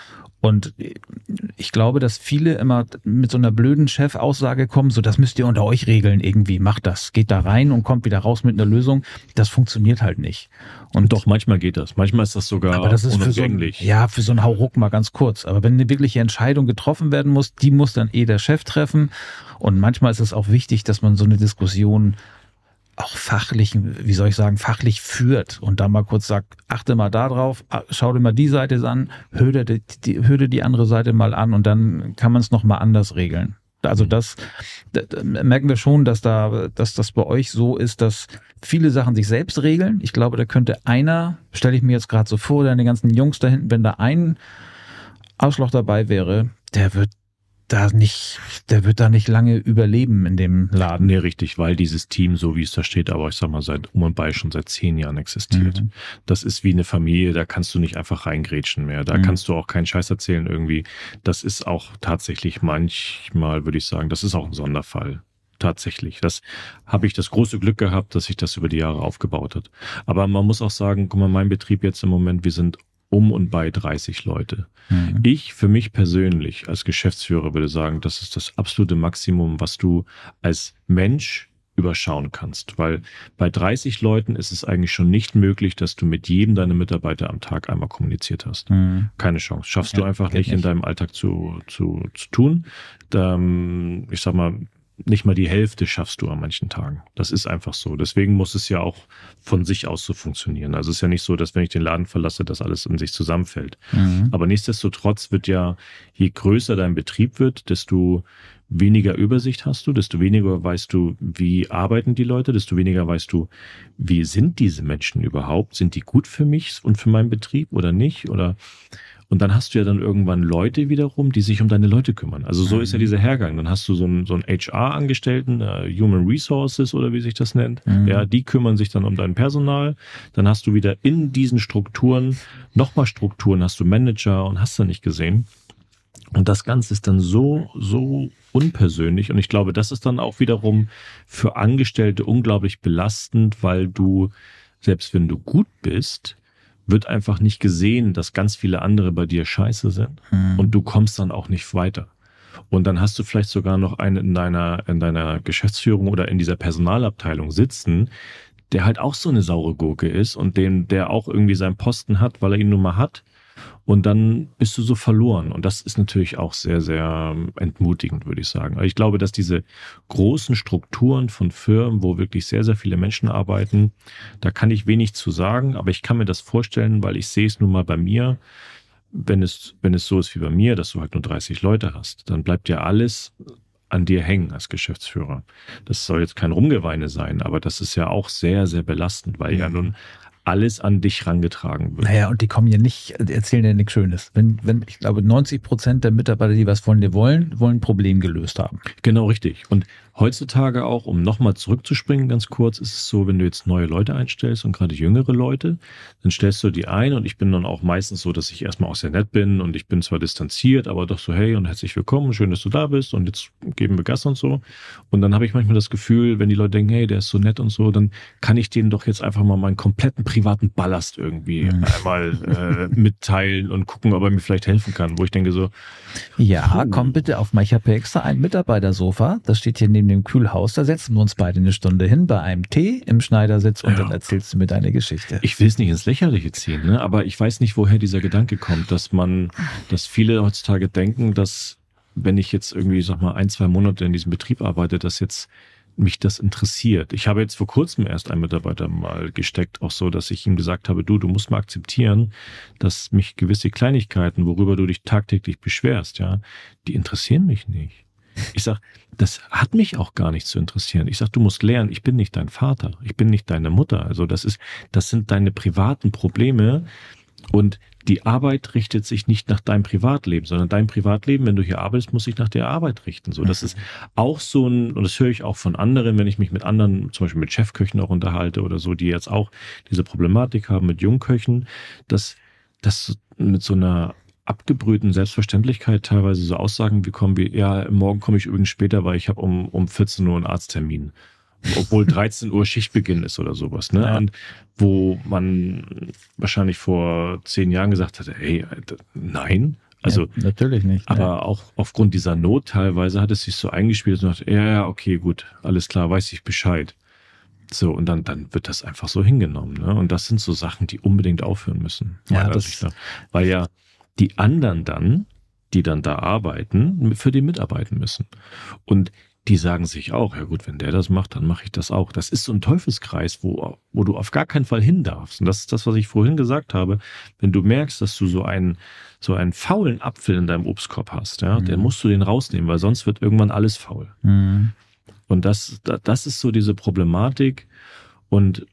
Und ich glaube, dass viele immer mit so einer blöden Chefaussage kommen, so das müsst ihr unter euch regeln irgendwie, macht das, geht da rein und kommt wieder raus mit einer Lösung. Das funktioniert halt nicht. Und doch, manchmal geht das. Manchmal ist das sogar aber das ist für so ein, ja, für so einen Hauruck mal ganz kurz. Aber wenn eine wirkliche Entscheidung getroffen werden muss, die muss dann eh der Chef treffen. Und manchmal ist es auch wichtig, dass man so eine Diskussion auch fachlich, wie soll ich sagen, fachlich führt und da mal kurz sagt, achte mal da drauf, schau dir mal die Seite an, hör dir die, die, hör dir die andere Seite mal an und dann kann man es nochmal anders regeln. Also das, das merken wir schon, dass da, dass das bei euch so ist, dass viele Sachen sich selbst regeln. Ich glaube, da könnte einer, stelle ich mir jetzt gerade so vor, deine ganzen Jungs da hinten, wenn da ein Arschloch dabei wäre, der wird da nicht, der wird da nicht lange überleben in dem Laden. Nee, richtig, weil dieses Team, so wie es da steht, aber ich sag mal, seit um und bei schon seit zehn Jahren existiert. Mhm. Das ist wie eine Familie, da kannst du nicht einfach reingrätschen mehr. Da mhm. kannst du auch keinen Scheiß erzählen irgendwie. Das ist auch tatsächlich manchmal, würde ich sagen, das ist auch ein Sonderfall. Tatsächlich. Das habe ich das große Glück gehabt, dass sich das über die Jahre aufgebaut hat. Aber man muss auch sagen, guck mal, mein Betrieb jetzt im Moment, wir sind um und bei dreißig Leute. Mhm. Ich für mich persönlich als Geschäftsführer würde sagen, das ist das absolute Maximum, was du als Mensch überschauen kannst. Weil bei dreißig Leuten ist es eigentlich schon nicht möglich, dass du mit jedem deiner Mitarbeiter am Tag einmal kommuniziert hast. Mhm. Keine Chance. Schaffst ja, du einfach nicht, nicht in deinem Alltag zu, zu, zu tun. Da, ich sag mal, nicht mal die Hälfte schaffst du an manchen Tagen. Das ist einfach so. Deswegen muss es ja auch von sich aus so funktionieren. Also es ist ja nicht so, dass wenn ich den Laden verlasse, dass alles in sich zusammenfällt. Mhm. Aber nichtsdestotrotz wird ja, je größer dein Betrieb wird, desto weniger Übersicht hast du, desto weniger weißt du, wie arbeiten die Leute, desto weniger weißt du, wie sind diese Menschen überhaupt? Sind die gut für mich und für meinen Betrieb oder nicht? Oder und dann hast du ja dann irgendwann Leute wiederum, die sich um deine Leute kümmern. Also so mhm. ist ja dieser Hergang. Dann hast du so einen, so einen H R-Angestellten, uh, Human Resources oder wie sich das nennt. Mhm. Ja, die kümmern sich dann um dein Personal. Dann hast du wieder in diesen Strukturen nochmal Strukturen, hast du Manager und hast du nicht gesehen. Und das Ganze ist dann so, so unpersönlich. Und ich glaube, das ist dann auch wiederum für Angestellte unglaublich belastend, weil du, selbst wenn du gut bist, wird einfach nicht gesehen, dass ganz viele andere bei dir scheiße sind. Hm. Und du kommst dann auch nicht weiter. Und dann hast du vielleicht sogar noch einen in deiner, in deiner Geschäftsführung oder in dieser Personalabteilung sitzen, der halt auch so eine saure Gurke ist und den, der auch irgendwie seinen Posten hat, weil er ihn nun mal hat. Und dann bist du so verloren. Und das ist natürlich auch sehr, sehr entmutigend, würde ich sagen. Aber ich glaube, dass diese großen Strukturen von Firmen, wo wirklich sehr, sehr viele Menschen arbeiten, da kann ich wenig zu sagen. Aber ich kann mir das vorstellen, weil ich sehe es nun mal bei mir. Wenn es, wenn es so ist wie bei mir, dass du halt nur dreißig Leute hast, dann bleibt ja alles an dir hängen als Geschäftsführer. Das soll jetzt kein Rumgeweine sein, aber das ist ja auch sehr, sehr belastend, weil ja, ja nun alles an dich rangetragen wird. Naja, und die kommen ja nicht, die erzählen dir nichts Schönes. Wenn, wenn, ich glaube, neunzig Prozent der Mitarbeiter, die was von dir wollen, wollen ein Problem gelöst haben. Genau, richtig. Und heutzutage auch, um nochmal zurückzuspringen, ganz kurz, ist es so, wenn du jetzt neue Leute einstellst und gerade jüngere Leute, dann stellst du die ein und ich bin dann auch meistens so, dass ich erstmal auch sehr nett bin und ich bin zwar distanziert, aber doch so, hey und herzlich willkommen, schön, dass du da bist und jetzt geben wir Gas und so. Und dann habe ich manchmal das Gefühl, wenn die Leute denken, hey, der ist so nett und so, dann kann ich denen doch jetzt einfach mal meinen kompletten privaten Ballast irgendwie mhm. einmal äh, mitteilen und gucken, ob er mir vielleicht helfen kann, wo ich denke so, ja, puh. Komm bitte auf, ich habe extra ein Mitarbeitersofa, das steht hier neben dem Kühlhaus, da setzen wir uns beide eine Stunde hin bei einem Tee im Schneidersitz und ja. dann erzählst du mir deine Geschichte. Ich will es nicht ins Lächerliche ziehen, ne? Aber ich weiß nicht, woher dieser Gedanke kommt, dass man, dass viele heutzutage denken, dass wenn ich jetzt irgendwie, sag mal, ein, zwei Monate in diesem Betrieb arbeite, dass jetzt mich das interessiert. Ich habe jetzt vor kurzem erst einen Mitarbeiter mal gesteckt, auch so, dass ich ihm gesagt habe, du, du musst mal akzeptieren, dass mich gewisse Kleinigkeiten, worüber du dich tagtäglich beschwerst, ja, die interessieren mich nicht. Ich sage, das hat mich auch gar nicht zu interessieren. Ich sage, du musst lernen, ich bin nicht dein Vater, ich bin nicht deine Mutter. Also das ist, das sind deine privaten Probleme und die Arbeit richtet sich nicht nach deinem Privatleben, sondern dein Privatleben, wenn du hier arbeitest, muss sich nach der Arbeit richten. So, das ist auch so ein, und das höre ich auch von anderen, wenn ich mich mit anderen, zum Beispiel mit Chefköchen auch unterhalte oder so, die jetzt auch diese Problematik haben mit Jungköchen, dass das mit so einer abgebrühten Selbstverständlichkeit teilweise so Aussagen bekommen wie, ja, morgen komme ich übrigens später, weil ich habe um, um vierzehn Uhr einen Arzttermin. Obwohl dreizehn Uhr Schichtbeginn ist oder sowas, ne? Ja. Und wo man wahrscheinlich vor zehn Jahren gesagt hatte, hey, nein. Also ja, natürlich nicht. Aber ja. auch aufgrund dieser Not teilweise hat es sich so eingespielt und dachte, ja, ja, okay, gut, alles klar, weiß ich Bescheid. So, und dann, dann wird das einfach so hingenommen, ne? Und das sind so Sachen, die unbedingt aufhören müssen. Ja, das Sicht nach. Weil ja die anderen dann, die dann da arbeiten, für die mitarbeiten müssen. Und die sagen sich auch, ja gut, wenn der das macht, dann mache ich das auch. Das ist so ein Teufelskreis, wo, wo du auf gar keinen Fall hin darfst. Und das ist das, was ich vorhin gesagt habe. Wenn du merkst, dass du so einen, so einen faulen Apfel in deinem Obstkorb hast, ja, mhm. dann musst du den rausnehmen, weil sonst wird irgendwann alles faul. Mhm. Und das, das ist so diese Problematik. Und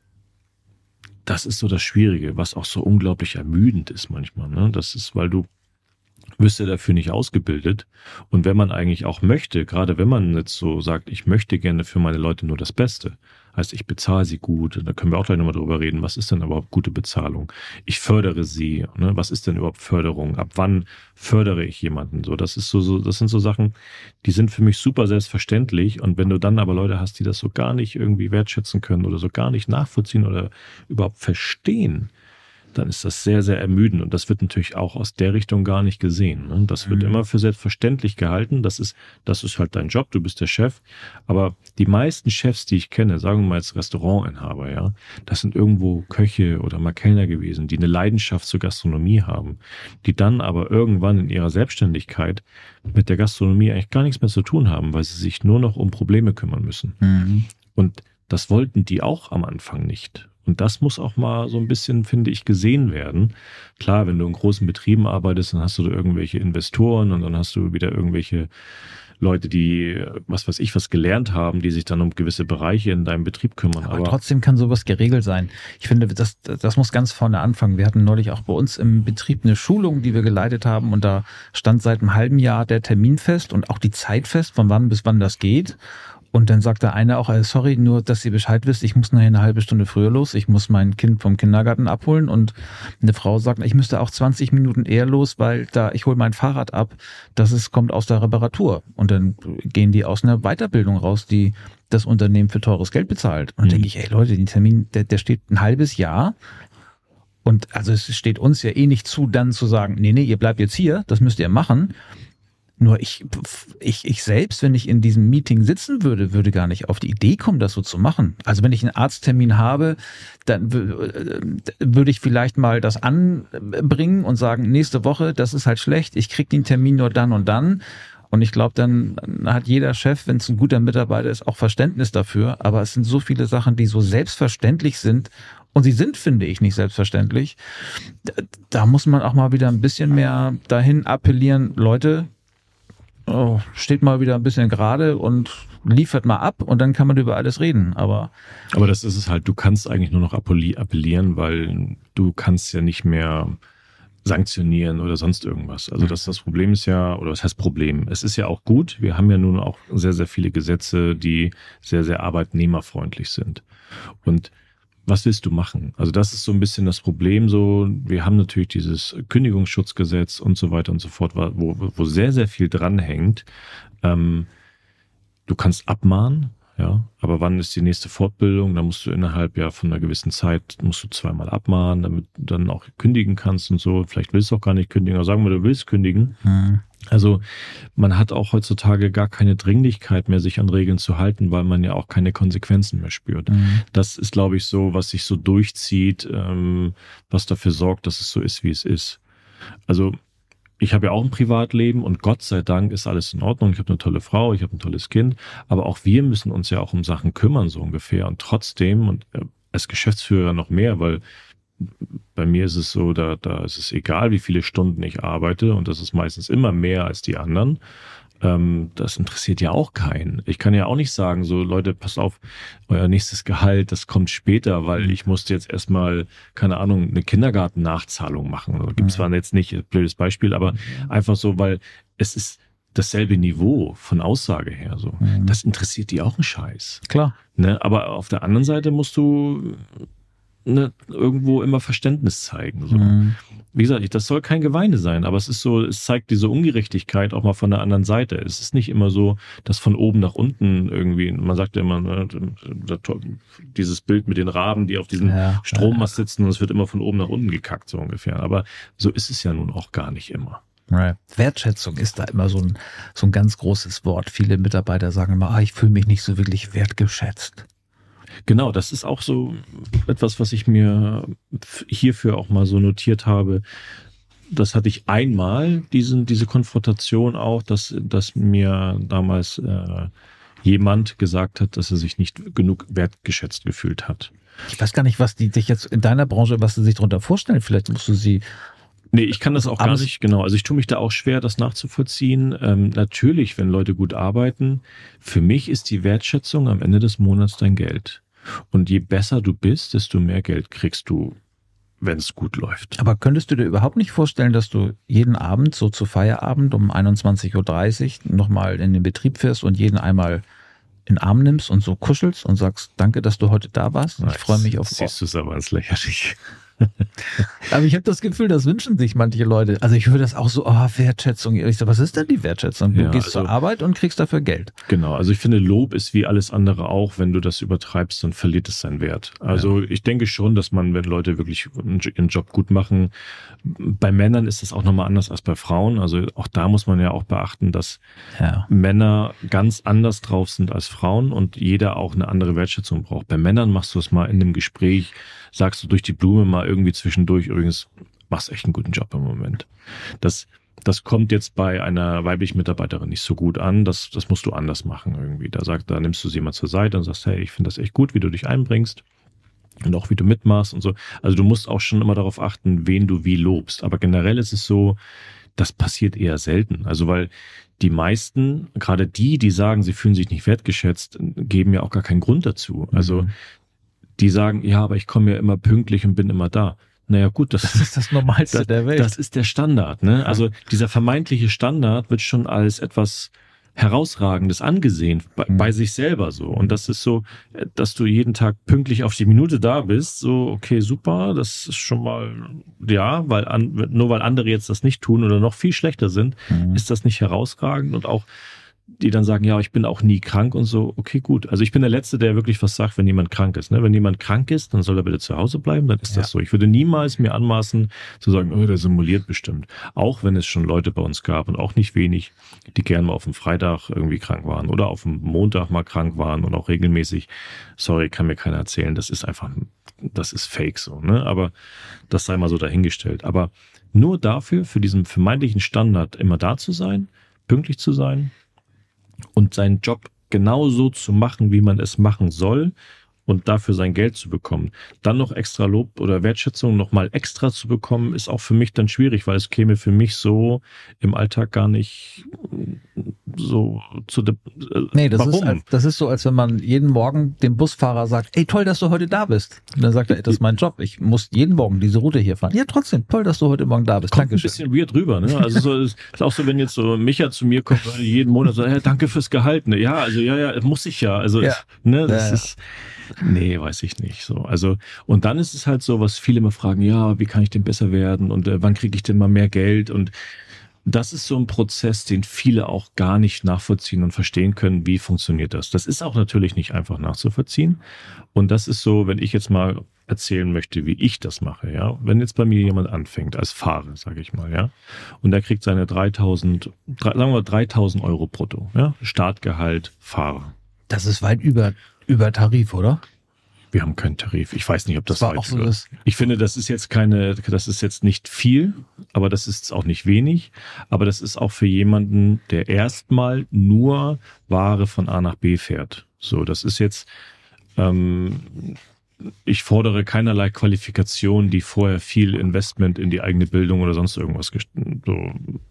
das ist so das Schwierige, was auch so unglaublich ermüdend ist manchmal. Ne? Das ist, weil du wirst ja dafür nicht ausgebildet. Und wenn man eigentlich auch möchte, gerade wenn man jetzt so sagt, ich möchte gerne für meine Leute nur das Beste, heißt, ich bezahle sie gut, da können wir auch gleich nochmal drüber reden, was ist denn überhaupt gute Bezahlung? Ich fördere sie, ne? Was ist denn überhaupt Förderung? Ab wann fördere ich jemanden? So, das ist so, so, das sind so Sachen, die sind für mich super selbstverständlich. Und wenn du dann aber Leute hast, die das so gar nicht irgendwie wertschätzen können oder so gar nicht nachvollziehen oder überhaupt verstehen, dann ist das sehr, sehr ermüdend. Und das wird natürlich auch aus der Richtung gar nicht gesehen. Ne? Das wird mhm. immer für selbstverständlich gehalten. Das ist, das ist halt dein Job, du bist der Chef. Aber die meisten Chefs, die ich kenne, sagen wir mal jetzt Restaurantinhaber, ja, das sind irgendwo Köche oder mal Kellner gewesen, die eine Leidenschaft zur Gastronomie haben, die dann aber irgendwann in ihrer Selbstständigkeit mit der Gastronomie eigentlich gar nichts mehr zu tun haben, weil sie sich nur noch um Probleme kümmern müssen. Mhm. Und das wollten die auch am Anfang nicht. Und das muss auch mal so ein bisschen, finde ich, gesehen werden. Klar, wenn du in großen Betrieben arbeitest, dann hast du da irgendwelche Investoren und dann hast du wieder irgendwelche Leute, die, was weiß ich, was gelernt haben, die sich dann um gewisse Bereiche in deinem Betrieb kümmern. Aber, Aber trotzdem kann sowas geregelt sein. Ich finde, das, das muss ganz vorne anfangen. Wir hatten neulich auch bei uns im Betrieb eine Schulung, die wir geleitet haben und da stand seit einem halben Jahr der Termin fest und auch die Zeit fest, von wann bis wann das geht. Und dann sagt der eine auch, sorry, nur, dass ihr Bescheid wisst, ich muss nachher eine halbe Stunde früher los, ich muss mein Kind vom Kindergarten abholen und eine Frau sagt, ich müsste auch zwanzig Minuten eher los, weil da ich hole mein Fahrrad ab, das ist, kommt aus der Reparatur. Und dann gehen die aus einer Weiterbildung raus, die das Unternehmen für teures Geld bezahlt. Und dann mhm. denke ich, ey Leute, den Termin, der, der steht ein halbes Jahr. Und also es steht uns ja eh nicht zu, dann zu sagen, nee, nee, ihr bleibt jetzt hier, das müsst ihr machen. Nur ich, ich, ich selbst, wenn ich in diesem Meeting sitzen würde, würde gar nicht auf die Idee kommen, das so zu machen. Also wenn ich einen Arzttermin habe, dann würde ich vielleicht mal das anbringen und sagen, nächste Woche, das ist halt schlecht, ich kriege den Termin nur dann und dann. Und ich glaube, dann hat jeder Chef, wenn es ein guter Mitarbeiter ist, auch Verständnis dafür. Aber es sind so viele Sachen, die so selbstverständlich sind. Und sie sind, finde ich, nicht selbstverständlich. Da muss man auch mal wieder ein bisschen mehr dahin appellieren, Leute, oh, steht mal wieder ein bisschen gerade und liefert mal ab und dann kann man über alles reden. Aber aber das ist es halt, du kannst eigentlich nur noch appellieren, weil du kannst ja nicht mehr sanktionieren oder sonst irgendwas. Also das, das Problem ist ja, oder was heißt Problem? Es ist ja auch gut, wir haben ja nun auch sehr, sehr viele Gesetze, die sehr, sehr arbeitnehmerfreundlich sind. Und was willst du machen? Also das ist so ein bisschen das Problem so. Wir haben natürlich dieses Kündigungsschutzgesetz und so weiter und so fort, wo, wo sehr, sehr viel dranhängt. Ähm, du kannst abmahnen, ja, aber wann ist die nächste Fortbildung? Da musst du innerhalb ja von einer gewissen Zeit, musst du zweimal abmahnen, damit du dann auch kündigen kannst und so. Vielleicht willst du auch gar nicht kündigen, aber sagen wir, du willst kündigen. Hm. Also man hat auch heutzutage gar keine Dringlichkeit mehr, sich an Regeln zu halten, weil man ja auch keine Konsequenzen mehr spürt. Mhm. Das ist, glaube ich, so, was sich so durchzieht, ähm, was dafür sorgt, dass es so ist, wie es ist. Also ich habe ja auch ein Privatleben und Gott sei Dank ist alles in Ordnung. Ich habe eine tolle Frau, ich habe ein tolles Kind, aber auch wir müssen uns ja auch um Sachen kümmern, so ungefähr. Und trotzdem, und als Geschäftsführer noch mehr, weil bei mir ist es so, da, da ist es egal, wie viele Stunden ich arbeite und das ist meistens immer mehr als die anderen. ähm, das interessiert ja auch keinen. Ich kann ja auch nicht sagen, so Leute, passt auf, euer nächstes Gehalt, das kommt später, weil ich musste jetzt erstmal, keine Ahnung, eine Kindergarten-Nachzahlung machen. Gibt es zwar jetzt nicht, blödes Beispiel, aber einfach so, weil es ist dasselbe Niveau von Aussage her. So. Mhm. Das interessiert die auch einen Scheiß. Klar. Ne? Aber auf der anderen Seite musst du ne, irgendwo immer Verständnis zeigen. So. Mhm. Wie gesagt, das soll kein Geweine sein, aber es ist so, es zeigt diese Ungerechtigkeit auch mal von der anderen Seite. Es ist nicht immer so, dass von oben nach unten irgendwie, man sagt ja immer, ne, dieses Bild mit den Raben, die auf diesem Ja, Strommast sitzen und es wird immer von oben nach unten gekackt, so ungefähr. Aber so ist es ja nun auch gar nicht immer. Right. Wertschätzung ist da immer so ein, so ein ganz großes Wort. Viele Mitarbeiter sagen immer, ah, ich fühle mich nicht so wirklich wertgeschätzt. Genau, das ist auch so etwas, was ich mir hierfür auch mal so notiert habe. Das hatte ich einmal, diesen, diese Konfrontation auch, dass, dass mir damals äh, jemand gesagt hat, dass er sich nicht genug wertgeschätzt gefühlt hat. Ich weiß gar nicht, was die dich jetzt in deiner Branche, was sie sich darunter vorstellen. Vielleicht musst du sie... Nee, ich kann das auch gar nicht, genau. Also ich tue mich da auch schwer, das nachzuvollziehen. Ähm, natürlich, wenn Leute gut arbeiten, für mich ist die Wertschätzung am Ende des Monats dein Geld. Und je besser du bist, desto mehr Geld kriegst du, wenn es gut läuft. Aber könntest du dir überhaupt nicht vorstellen, dass du jeden Abend so zu Feierabend um einundzwanzig Uhr dreißig nochmal in den Betrieb fährst und jeden einmal in den Arm nimmst und so kuschelst und sagst, danke, dass du heute da warst. Ich freue mich auf... Siehst du es aber ins Lächerliche. Aber ich habe das Gefühl, das wünschen sich manche Leute. Also ich höre das auch so, oh, Wertschätzung. Ich sage, was ist denn die Wertschätzung? Du ja, gehst also, zur Arbeit und kriegst dafür Geld. Genau, also ich finde, Lob ist wie alles andere auch, wenn du das übertreibst, dann verliert es seinen Wert. Also ja. Ich denke schon, dass man, wenn Leute wirklich ihren Job gut machen, bei Männern ist das auch nochmal anders als bei Frauen. Also auch da muss man ja auch beachten, dass ja. Männer ganz anders drauf sind als Frauen und jeder auch eine andere Wertschätzung braucht. Bei Männern machst du es mal in einem Gespräch, sagst du durch die Blume mal irgendwie zwischendurch, übrigens, machst echt einen guten Job im Moment. Das, das kommt jetzt bei einer weiblichen Mitarbeiterin nicht so gut an. Das, das musst du anders machen irgendwie. Da sagt, da nimmst du sie mal zur Seite und sagst, hey, ich finde das echt gut, wie du dich einbringst und auch wie du mitmachst und so. Also du musst auch schon immer darauf achten, wen du wie lobst. Aber generell ist es so, das passiert eher selten. Also weil die meisten, gerade die, die sagen, sie fühlen sich nicht wertgeschätzt, geben ja auch gar keinen Grund dazu. Also mhm. die sagen, ja, aber ich komme ja immer pünktlich und bin immer da. Naja gut, das, das ist das Normalste das, der Welt. Das ist der Standard. Ne? Also dieser vermeintliche Standard wird schon als etwas Herausragendes angesehen, bei, mhm. bei sich selber so. Und das ist so, dass du jeden Tag pünktlich auf die Minute da bist, so, okay, super, das ist schon mal, ja, weil an, nur weil andere jetzt das nicht tun oder noch viel schlechter sind, mhm. ist das nicht herausragend und auch die dann sagen, ja, ich bin auch nie krank und so, okay, gut. Also ich bin der Letzte, der wirklich was sagt, wenn jemand krank ist. Ne? Wenn jemand krank ist, dann soll er bitte zu Hause bleiben, dann ist ja. das so. Ich würde niemals mir anmaßen zu sagen, oh, der simuliert bestimmt. Auch wenn es schon Leute bei uns gab und auch nicht wenig, die gerne mal auf dem Freitag irgendwie krank waren oder auf dem Montag mal krank waren und auch regelmäßig. Sorry, kann mir keiner erzählen, das ist einfach, das ist fake so. Ne? Aber das sei mal so dahingestellt. Aber nur dafür, für diesen vermeintlichen Standard immer da zu sein, pünktlich zu sein, und seinen Job genauso zu machen, wie man es machen soll und dafür sein Geld zu bekommen. Dann noch extra Lob oder Wertschätzung nochmal extra zu bekommen, ist auch für mich dann schwierig, weil es käme für mich so im Alltag gar nicht so zu... De- nee, das ist, als, das ist so, als wenn man jeden Morgen dem Busfahrer sagt, ey, toll, dass du heute da bist. Und dann sagt er, ey, das ist mein Job, ich muss jeden Morgen diese Route hier fahren. Ja, trotzdem, toll, dass du heute Morgen da bist. Kommt Dankeschön. Ein bisschen weird rüber, ne? Also so, ist auch so, wenn jetzt so Micha zu mir kommt, jeden Monat sagt, hey, danke fürs Gehalt. Ne? Ja, also ja, ja, muss ich ja. Also, ja. ne, das ja, ist... Nee, weiß ich nicht. So, also und dann ist es halt so, was viele immer fragen: Ja, wie kann ich denn besser werden und äh, wann kriege ich denn mal mehr Geld? Und das ist so ein Prozess, den viele auch gar nicht nachvollziehen und verstehen können. Wie funktioniert das? Das ist auch natürlich nicht einfach nachzuvollziehen. Und das ist so, wenn ich jetzt mal erzählen möchte, wie ich das mache. Ja, wenn jetzt bei mir jemand anfängt als Fahrer, sage ich mal, ja, und der kriegt seine dreitausend, sagen wir mal dreitausend Euro brutto, ja, Startgehalt Fahrer. Das ist weit über über Tarif, oder? Wir haben keinen Tarif. Ich weiß nicht, ob das, das war auch so. Das ich finde, das ist jetzt keine, das ist jetzt nicht viel, aber das ist auch nicht wenig. Aber das ist auch für jemanden, der erstmal nur Ware von A nach B fährt. So, das ist jetzt, ähm, ich fordere keinerlei Qualifikation, die vorher viel Investment in die eigene Bildung oder sonst irgendwas so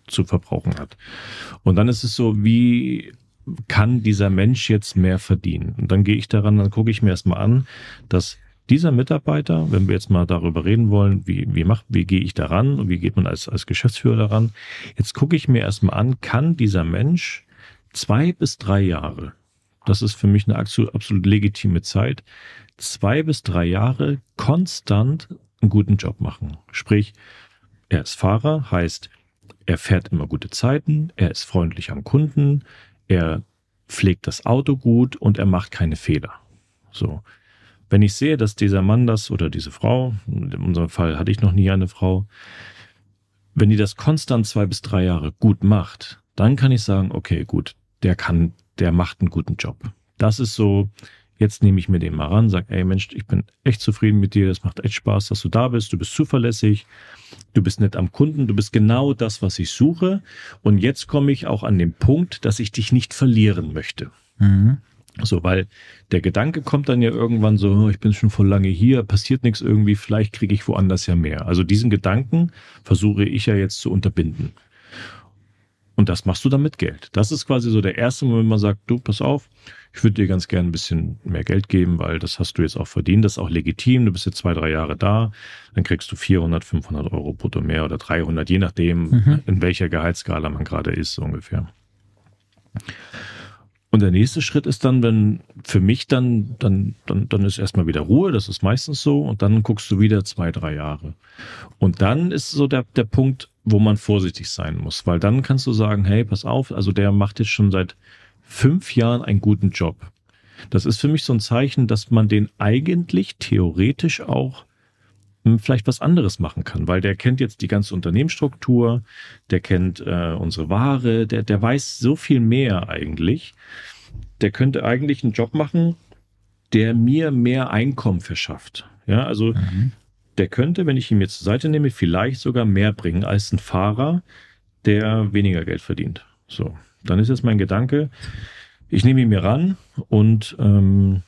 zu verbrauchen hat. Und dann ist es so, wie kann dieser Mensch jetzt mehr verdienen? Und dann gehe ich daran, dann gucke ich mir erstmal an, dass dieser Mitarbeiter, wenn wir jetzt mal darüber reden wollen, wie, wie macht, wie gehe ich daran und wie geht man als, als Geschäftsführer daran? Jetzt gucke ich mir erstmal an, kann dieser Mensch zwei bis drei Jahre, das ist für mich eine absolut, absolut legitime Zeit, zwei bis drei Jahre konstant einen guten Job machen. Sprich, er ist Fahrer, heißt, er fährt immer gute Zeiten, er ist freundlich am Kunden, er pflegt das Auto gut und er macht keine Fehler. So. Wenn ich sehe, dass dieser Mann das oder diese Frau, in unserem Fall hatte ich noch nie eine Frau, wenn die das konstant zwei bis drei Jahre gut macht, dann kann ich sagen, okay, gut, der kann, der macht einen guten Job. Das ist so, jetzt nehme ich mir den mal ran, sage, ey Mensch, ich bin echt zufrieden mit dir, das macht echt Spaß, dass du da bist, du bist zuverlässig, du bist nett am Kunden, du bist genau das, was ich suche. Und jetzt komme ich auch an den Punkt, dass ich dich nicht verlieren möchte. Mhm. So, weil der Gedanke kommt dann ja irgendwann so, ich bin schon voll lange hier, passiert nichts irgendwie, vielleicht kriege ich woanders ja mehr. Also diesen Gedanken versuche ich ja jetzt zu unterbinden. Und das machst du dann mit Geld. Das ist quasi so der erste Moment, wenn man sagt, du, pass auf, ich würde dir ganz gerne ein bisschen mehr Geld geben, weil das hast du jetzt auch verdient, das ist auch legitim, du bist jetzt zwei, drei Jahre da, dann kriegst du vierhundert, fünfhundert Euro brutto mehr oder dreihundert, je nachdem, mhm. in welcher Gehaltsskala man gerade ist, so ungefähr. Und der nächste Schritt ist dann, wenn für mich dann, dann, dann, dann ist erstmal wieder Ruhe, das ist meistens so, und dann guckst du wieder zwei, drei Jahre. Und dann ist so der, der Punkt, wo man vorsichtig sein muss, weil dann kannst du sagen, hey, pass auf, also der macht jetzt schon seit fünf Jahren einen guten Job. Das ist für mich so ein Zeichen, dass man den eigentlich theoretisch auch vielleicht was anderes machen kann, weil der kennt jetzt die ganze Unternehmensstruktur, der kennt äh, unsere Ware, der, der weiß so viel mehr eigentlich. Der könnte eigentlich einen Job machen, der mir mehr Einkommen verschafft. Ja, also mhm. der könnte, wenn ich ihn mir zur Seite nehme, vielleicht sogar mehr bringen als ein Fahrer, der weniger Geld verdient. So, dann ist jetzt mein Gedanke, ich nehme ihn mir ran und ähm,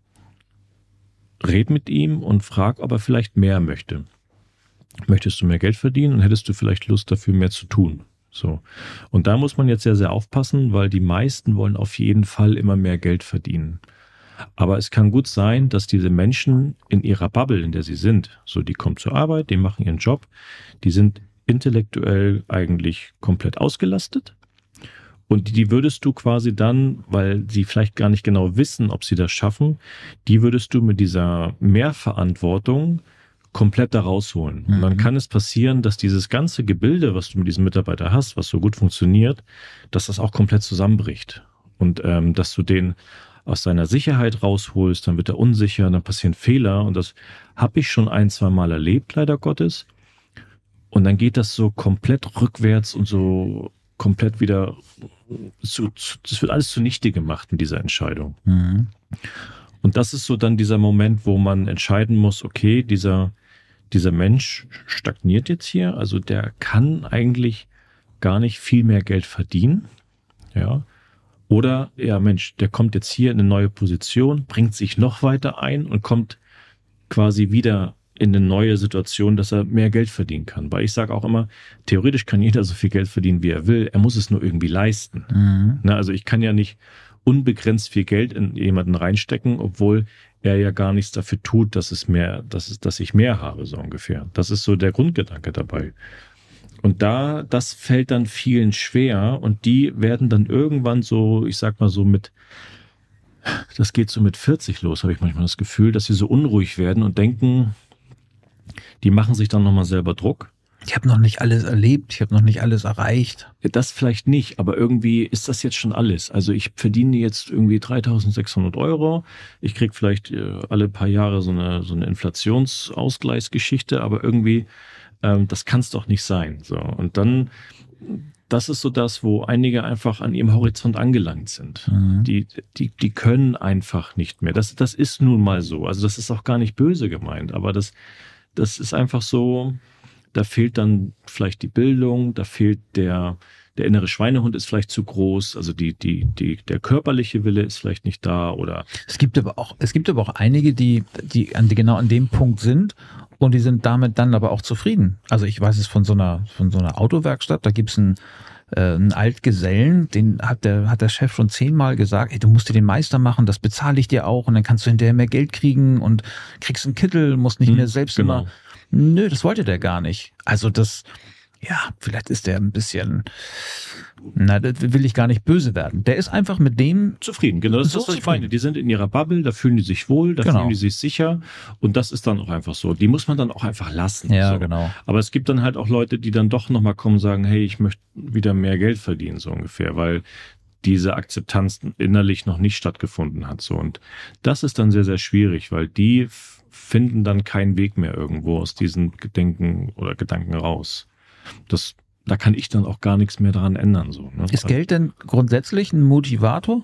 red mit ihm und frag, ob er vielleicht mehr möchte. Möchtest du mehr Geld verdienen und hättest du vielleicht Lust dafür mehr zu tun? So. Und da muss man jetzt sehr, sehr aufpassen, weil die meisten wollen auf jeden Fall immer mehr Geld verdienen. Aber es kann gut sein, dass diese Menschen in ihrer Bubble, in der sie sind, so die kommen zur Arbeit, die machen ihren Job, die sind intellektuell eigentlich komplett ausgelastet. Und die würdest du quasi dann, weil sie vielleicht gar nicht genau wissen, ob sie das schaffen, die würdest du mit dieser Mehrverantwortung komplett da rausholen. Mhm. Und dann kann es passieren, dass dieses ganze Gebilde, was du mit diesem Mitarbeiter hast, was so gut funktioniert, dass das auch komplett zusammenbricht. Und ähm, dass du den aus seiner Sicherheit rausholst, dann wird er unsicher, dann passieren Fehler. Und das habe ich schon ein, zwei Mal erlebt, leider Gottes. Und dann geht das so komplett rückwärts und so komplett wieder, zu, zu, das wird alles zunichte gemacht mit dieser Entscheidung. Mhm. Und das ist so dann dieser Moment, wo man entscheiden muss, okay, dieser, dieser Mensch stagniert jetzt hier, also der kann eigentlich gar nicht viel mehr Geld verdienen, ja, oder, ja Mensch, der kommt jetzt hier in eine neue Position, bringt sich noch weiter ein und kommt quasi wieder in eine neue Situation, dass er mehr Geld verdienen kann. Weil ich sage auch immer, theoretisch kann jeder so viel Geld verdienen, wie er will. Er muss es nur irgendwie leisten. Mhm. Na, also ich kann ja nicht unbegrenzt viel Geld in jemanden reinstecken, obwohl er ja gar nichts dafür tut, dass es mehr, dass es, dass ich mehr habe, so ungefähr. Das ist so der Grundgedanke dabei. Und da, das fällt dann vielen schwer und die werden dann irgendwann so, ich sag mal so mit, das geht so mit vierzig los, habe ich manchmal das Gefühl, dass sie so unruhig werden und denken, die machen sich dann nochmal selber Druck. Ich habe noch nicht alles erlebt, ich habe noch nicht alles erreicht. Das vielleicht nicht, aber irgendwie ist das jetzt schon alles. Also ich verdiene jetzt irgendwie dreitausendsechshundert Euro. Ich kriege vielleicht alle paar Jahre so eine, so eine Inflationsausgleichsgeschichte, aber irgendwie, ähm, das kann es doch nicht sein. So. Und dann, das ist so das, wo einige einfach an ihrem Horizont angelangt sind. Mhm. Die, die, die können einfach nicht mehr. Das, das ist nun mal so. Also das ist auch gar nicht böse gemeint, aber das Das ist einfach so, da fehlt dann vielleicht die Bildung, da fehlt der, der innere Schweinehund ist vielleicht zu groß, also die, die, die, der körperliche Wille ist vielleicht nicht da oder. Es gibt aber auch, es gibt aber auch einige, die, die, an, die genau an dem Punkt sind und die sind damit dann aber auch zufrieden. Also ich weiß es von so einer, von so einer Autowerkstatt, da gibt's einen, äh, einen Altgesellen, den hat der, hat der Chef schon zehnmal gesagt, ey, du musst dir den Meister machen, das bezahle ich dir auch und dann kannst du hinterher mehr Geld kriegen und kriegst einen Kittel, musst nicht hm, mehr selbst genau. immer. Nö, das wollte der gar nicht. Also das, ja, vielleicht ist der ein bisschen, na, das will ich gar nicht böse werden. Der ist einfach mit dem zufrieden. Genau, das ist so das, was ich zufrieden. meine. Die sind in ihrer Bubble, da fühlen die sich wohl, da Genau. fühlen die sich sicher und das ist dann auch einfach so. Die muss man dann auch einfach lassen. Ja, so. genau. Aber es gibt dann halt auch Leute, die dann doch nochmal kommen und sagen, hey, ich möchte wieder mehr Geld verdienen, so ungefähr, weil diese Akzeptanz innerlich noch nicht stattgefunden hat. So. Und das ist dann sehr, sehr schwierig, weil die finden dann keinen Weg mehr irgendwo aus diesen Gedenken oder Gedanken raus. Das, da kann ich dann auch gar nichts mehr daran ändern. So, ne? Ist Geld denn grundsätzlich ein Motivator?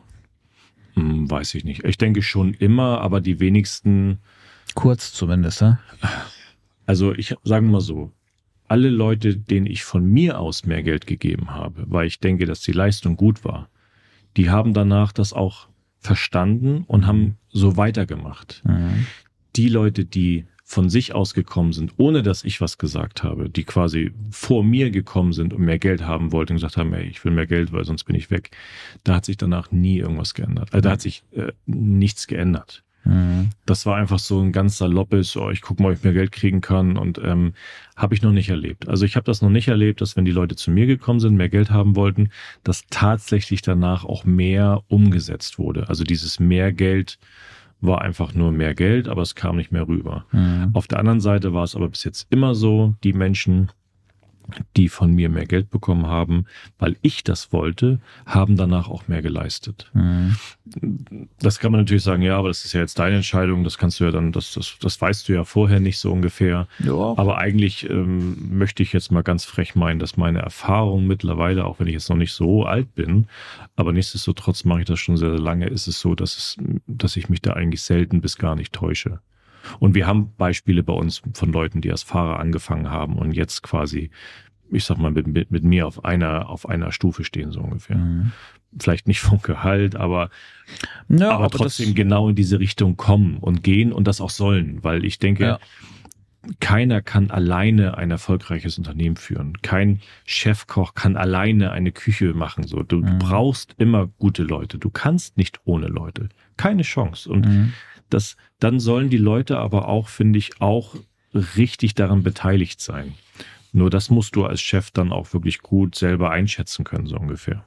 Hm, weiß ich nicht. Ich denke schon immer, aber die wenigsten. Kurz zumindest, ja? Also ich sage mal so, alle Leute, denen ich von mir aus mehr Geld gegeben habe, weil ich denke, dass die Leistung gut war, die haben danach das auch verstanden und haben so weitergemacht. Mhm. Die Leute, die von sich aus gekommen sind, ohne dass ich was gesagt habe, die quasi vor mir gekommen sind und mehr Geld haben wollten und gesagt haben, ey, ich will mehr Geld, weil sonst bin ich weg. Da hat sich danach nie irgendwas geändert. Also da hat sich äh, nichts geändert. Mhm. Das war einfach so ein ganz saloppes, oh, ich gucke mal, ob ich mehr Geld kriegen kann und ähm, habe ich noch nicht erlebt. Also ich habe das noch nicht erlebt, dass wenn die Leute zu mir gekommen sind, mehr Geld haben wollten, dass tatsächlich danach auch mehr umgesetzt wurde. Also dieses mehr Geld war einfach nur mehr Geld, aber es kam nicht mehr rüber. Mhm. Auf der anderen Seite war es aber bis jetzt immer so, die Menschen, die von mir mehr Geld bekommen haben, weil ich das wollte, haben danach auch mehr geleistet. Mhm. Das kann man natürlich sagen, ja, aber das ist ja jetzt deine Entscheidung, das kannst du ja dann, das, das, das weißt du ja vorher nicht so ungefähr. Ja. Aber eigentlich ähm, möchte ich jetzt mal ganz frech meinen, dass meine Erfahrung mittlerweile, auch wenn ich jetzt noch nicht so alt bin, aber nichtsdestotrotz mache ich das schon sehr, sehr lange, ist es so, dass es, dass ich mich da eigentlich selten bis gar nicht täusche. Und wir haben Beispiele bei uns von Leuten, die als Fahrer angefangen haben und jetzt quasi, ich sag mal, mit, mit, mit mir auf einer, auf einer Stufe stehen, so ungefähr. Mhm. Vielleicht nicht vom Gehalt, aber, Ja, aber, aber trotzdem genau in diese Richtung kommen und gehen und das auch sollen, weil ich denke, ja. keiner kann alleine ein erfolgreiches Unternehmen führen. Kein Chefkoch kann alleine eine Küche machen. So, du, Mhm. du brauchst immer gute Leute. Du kannst nicht ohne Leute. Keine Chance. Und Mhm. das, dann sollen die Leute aber auch, finde ich, auch richtig daran beteiligt sein. Nur das musst du als Chef dann auch wirklich gut selber einschätzen können, so ungefähr.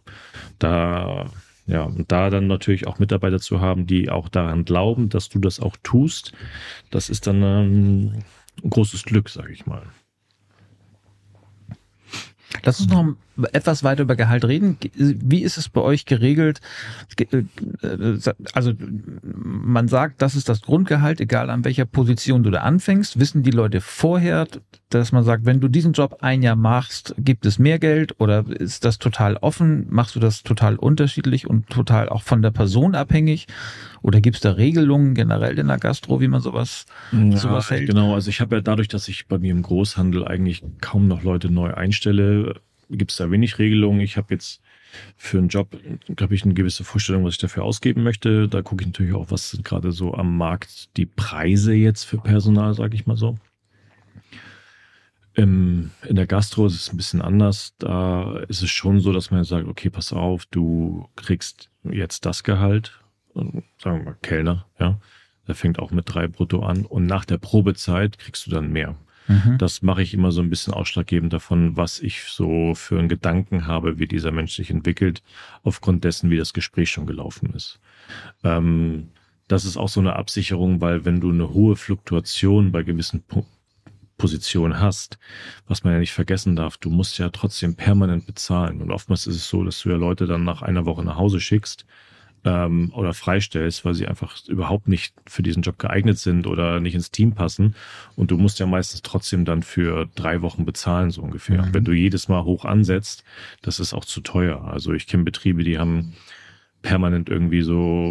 Da, ja, und da dann natürlich auch Mitarbeiter zu haben, die auch daran glauben, dass du das auch tust, das ist dann ähm, ein großes Glück, sage ich mal. Lass uns noch etwas weiter über Gehalt reden. Wie ist es bei euch geregelt? Also man sagt, das ist das Grundgehalt, egal an welcher Position du da anfängst. Wissen die Leute vorher, dass man sagt, wenn du diesen Job ein Jahr machst, gibt es mehr Geld? Oder ist das total offen? Machst du das total unterschiedlich und total auch von der Person abhängig? Oder gibt es da Regelungen generell in der Gastro, wie man sowas, ja, sowas hält? Genau, also ich habe ja dadurch, dass ich bei mir im Großhandel eigentlich kaum noch Leute neu einstelle, gibt es da wenig Regelungen. Ich habe jetzt für einen Job, glaube ich, eine gewisse Vorstellung, was ich dafür ausgeben möchte. Da gucke ich natürlich auch, was sind gerade so am Markt die Preise jetzt für Personal, sage ich mal so. Im, in der Gastro ist es ein bisschen anders. Da ist es schon so, dass man sagt, okay, pass auf, du kriegst jetzt das Gehalt. Sagen wir mal Kellner, ja. Der fängt auch mit drei brutto an und nach der Probezeit kriegst du dann mehr. Mhm. Das mache ich immer so ein bisschen ausschlaggebend davon, was ich so für einen Gedanken habe, wie dieser Mensch sich entwickelt, aufgrund dessen, wie das Gespräch schon gelaufen ist. Ähm, das ist auch so eine Absicherung, weil wenn du eine hohe Fluktuation bei gewissen po- Positionen hast, was man ja nicht vergessen darf, du musst ja trotzdem permanent bezahlen. Und oftmals ist es so, dass du ja Leute dann nach einer Woche nach Hause schickst, Ähm, oder freistellst, weil sie einfach überhaupt nicht für diesen Job geeignet sind oder nicht ins Team passen. Und du musst ja meistens trotzdem dann für drei Wochen bezahlen, so ungefähr. Mhm. Wenn du jedes Mal hoch ansetzt, das ist auch zu teuer. Also ich kenne Betriebe, die haben permanent irgendwie so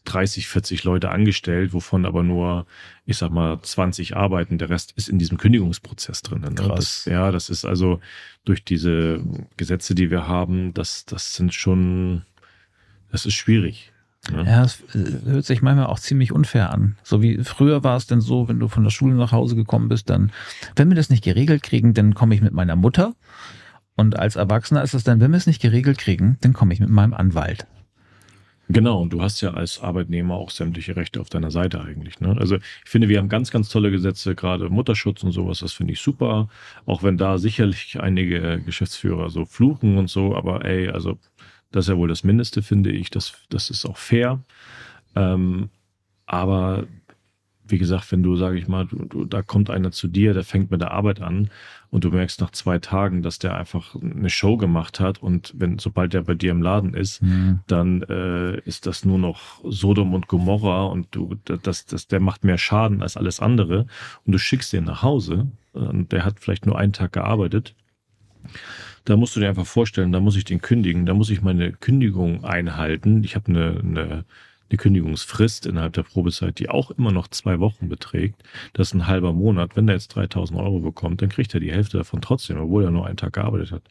dreißig, vierzig Leute angestellt, wovon aber nur, ich sag mal, zwanzig arbeiten. Der Rest ist in diesem Kündigungsprozess drin. Ne? Krass. Das, ja, das ist also durch diese Gesetze, die wir haben, das, das sind schon, das ist schwierig. Ne? Ja, es hört sich manchmal auch ziemlich unfair an. So wie früher war es denn so, wenn du von der Schule nach Hause gekommen bist, dann, wenn wir das nicht geregelt kriegen, dann komme ich mit meiner Mutter. Und als Erwachsener ist es dann, wenn wir es nicht geregelt kriegen, dann komme ich mit meinem Anwalt. Genau, und du hast ja als Arbeitnehmer auch sämtliche Rechte auf deiner Seite eigentlich. Ne? Also ich finde, wir haben ganz, ganz tolle Gesetze, gerade Mutterschutz und sowas, das finde ich super. Auch wenn da sicherlich einige Geschäftsführer so fluchen und so, aber ey, also das ist ja wohl das Mindeste, finde ich. Das, das ist auch fair. Ähm, aber wie gesagt, wenn du, sage ich mal, du, du, da kommt einer zu dir, der fängt mit der Arbeit an und du merkst nach zwei Tagen, dass der einfach eine Show gemacht hat und wenn, sobald der bei dir im Laden ist, mhm. dann äh, ist das nur noch Sodom und Gomorra und du, das, das, der macht mehr Schaden als alles andere und du schickst den nach Hause und der hat vielleicht nur einen Tag gearbeitet. Da musst du dir einfach vorstellen, da muss ich den kündigen, da muss ich meine Kündigung einhalten. Ich habe eine, eine eine Kündigungsfrist innerhalb der Probezeit, die auch immer noch zwei Wochen beträgt. Das ist ein halber Monat. Wenn der jetzt dreitausend Euro bekommt, dann kriegt er die Hälfte davon trotzdem, obwohl er nur einen Tag gearbeitet hat.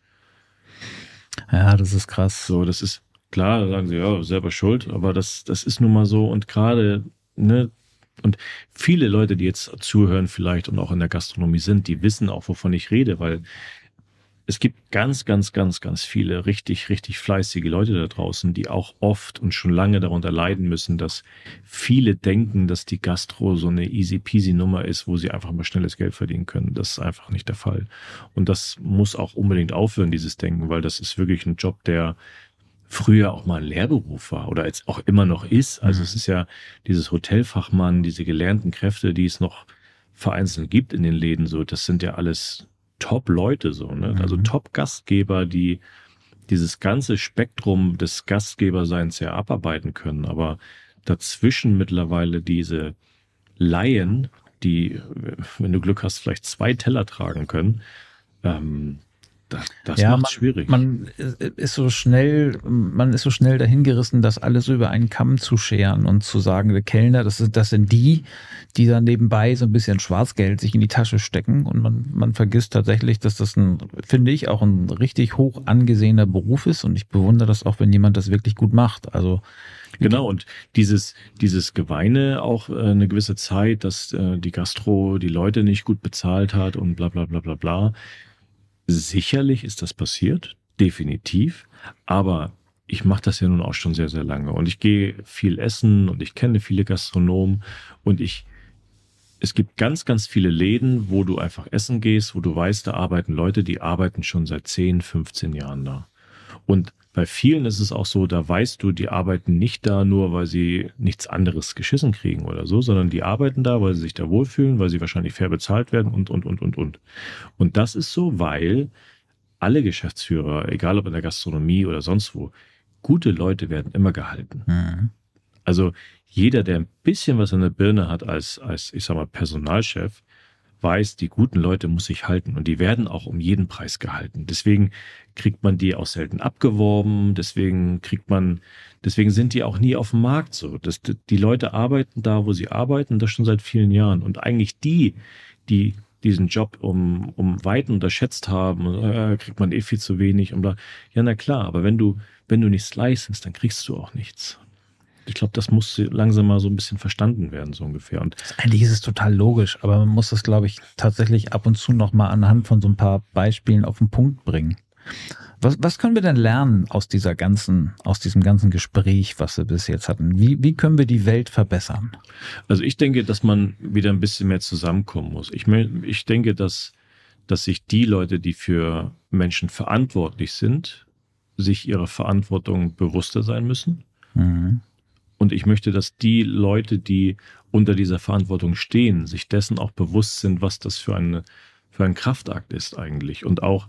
Ja, das ist krass. So, das ist klar, da sagen sie, ja, selber schuld, aber das, das ist nun mal so und gerade, ne, und viele Leute, die jetzt zuhören vielleicht und auch in der Gastronomie sind, die wissen auch, wovon ich rede, weil es gibt ganz, ganz, ganz, ganz viele richtig, richtig fleißige Leute da draußen, die auch oft und schon lange darunter leiden müssen, dass viele denken, dass die Gastro so eine easy-peasy-Nummer ist, wo sie einfach mal schnelles Geld verdienen können. Das ist einfach nicht der Fall. Und das muss auch unbedingt aufhören, dieses Denken, weil das ist wirklich ein Job, der früher auch mal ein Lehrberuf war oder jetzt auch immer noch ist. Also mhm. es ist ja dieses Hotelfachmann, diese gelernten Kräfte, die es noch vereinzelt gibt in den Läden, so, das sind ja alles Top-Leute, so, ne? Also mhm. Top-Gastgeber, die dieses ganze Spektrum des Gastgeberseins ja abarbeiten können. Aber dazwischen mittlerweile diese Laien, die, wenn du Glück hast, vielleicht zwei Teller tragen können, ähm, das, das ja, macht man, schwierig. Man ist so schnell, man ist so schnell dahingerissen, das alles über einen Kamm zu scheren und zu sagen, der Kellner, das ist, das sind die, die dann nebenbei so ein bisschen Schwarzgeld sich in die Tasche stecken und man, man vergisst tatsächlich, dass das ein, finde ich, auch ein richtig hoch angesehener Beruf ist und ich bewundere das auch, wenn jemand das wirklich gut macht. Also genau, und dieses, dieses Geweine auch äh, eine gewisse Zeit, dass äh, die Gastro die Leute nicht gut bezahlt hat und bla bla bla bla bla. Sicherlich ist das passiert, definitiv, aber ich mache das ja nun auch schon sehr, sehr lange und ich gehe viel essen und ich kenne viele Gastronomen und ich, es gibt ganz, ganz viele Läden, wo du einfach essen gehst, wo du weißt, da arbeiten Leute, die arbeiten schon seit zehn, fünfzehn Jahren da. Und bei vielen ist es auch so, da weißt du, die arbeiten nicht da nur, weil sie nichts anderes geschissen kriegen oder so, sondern die arbeiten da, weil sie sich da wohlfühlen, weil sie wahrscheinlich fair bezahlt werden und, und, und, und, und. Und das ist so, weil alle Geschäftsführer, egal ob in der Gastronomie oder sonst wo, gute Leute werden immer gehalten. Mhm. Also jeder, der ein bisschen was an der Birne hat als, als, ich sag mal, Personalchef, weiß, die guten Leute muss sich halten und die werden auch um jeden Preis gehalten. Deswegen kriegt man die auch selten abgeworben, deswegen kriegt man, deswegen sind die auch nie auf dem Markt so. Das, die Leute arbeiten da, wo sie arbeiten, das schon seit vielen Jahren. Und eigentlich die, die diesen Job um, um weit unterschätzt haben, äh, kriegt man eh viel zu wenig. Und bla. Ja, na klar, aber wenn du, wenn du nichts leistest, dann kriegst du auch nichts. Ich glaube, das muss langsam mal so ein bisschen verstanden werden, so ungefähr. Und eigentlich ist es total logisch, aber man muss das, glaube ich, tatsächlich ab und zu noch mal anhand von so ein paar Beispielen auf den Punkt bringen. Was, was können wir denn lernen aus dieser ganzen, aus diesem ganzen Gespräch, was wir bis jetzt hatten? Wie, wie können wir die Welt verbessern? Also ich denke, dass man wieder ein bisschen mehr zusammenkommen muss. Ich, ich denke, dass, dass sich die Leute, die für Menschen verantwortlich sind, sich ihrer Verantwortung bewusster sein müssen. Mhm. Und ich möchte, dass die Leute, die unter dieser Verantwortung stehen, sich dessen auch bewusst sind, was das für, eine, für ein Kraftakt ist eigentlich. Und auch,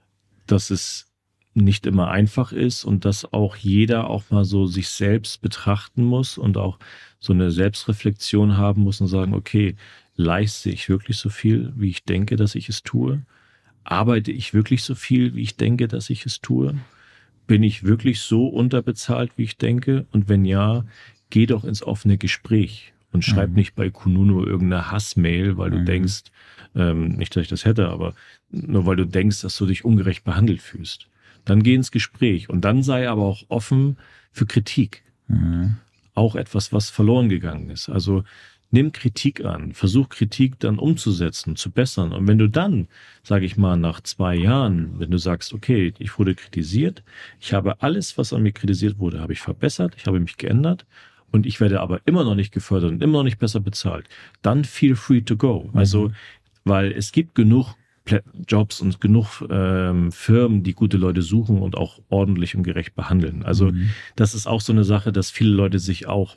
dass es nicht immer einfach ist und dass auch jeder auch mal so sich selbst betrachten muss und auch so eine Selbstreflexion haben muss und sagen, okay, leiste ich wirklich so viel, wie ich denke, dass ich es tue? Arbeite ich wirklich so viel, wie ich denke, dass ich es tue? Bin ich wirklich so unterbezahlt, wie ich denke? Und wenn ja, geh doch ins offene Gespräch und schreib mhm. nicht bei Kununu irgendeine Hassmail, weil du mhm. denkst, ähm, nicht, dass ich das hätte, aber nur weil du denkst, dass du dich ungerecht behandelt fühlst. Dann geh ins Gespräch und dann sei aber auch offen für Kritik. Mhm. Auch etwas, was verloren gegangen ist. Also nimm Kritik an, versuch Kritik dann umzusetzen, zu bessern. Und wenn du dann, sage ich mal, nach zwei Jahren, wenn du sagst, okay, ich wurde kritisiert, ich habe alles, was an mir kritisiert wurde, habe ich verbessert, ich habe mich geändert und ich werde aber immer noch nicht gefördert und immer noch nicht besser bezahlt, dann feel free to go. Mhm. Also, weil es gibt genug Jobs und genug ähm, Firmen, die gute Leute suchen und auch ordentlich und gerecht behandeln. Also mhm. das ist auch so eine Sache, dass viele Leute sich auch,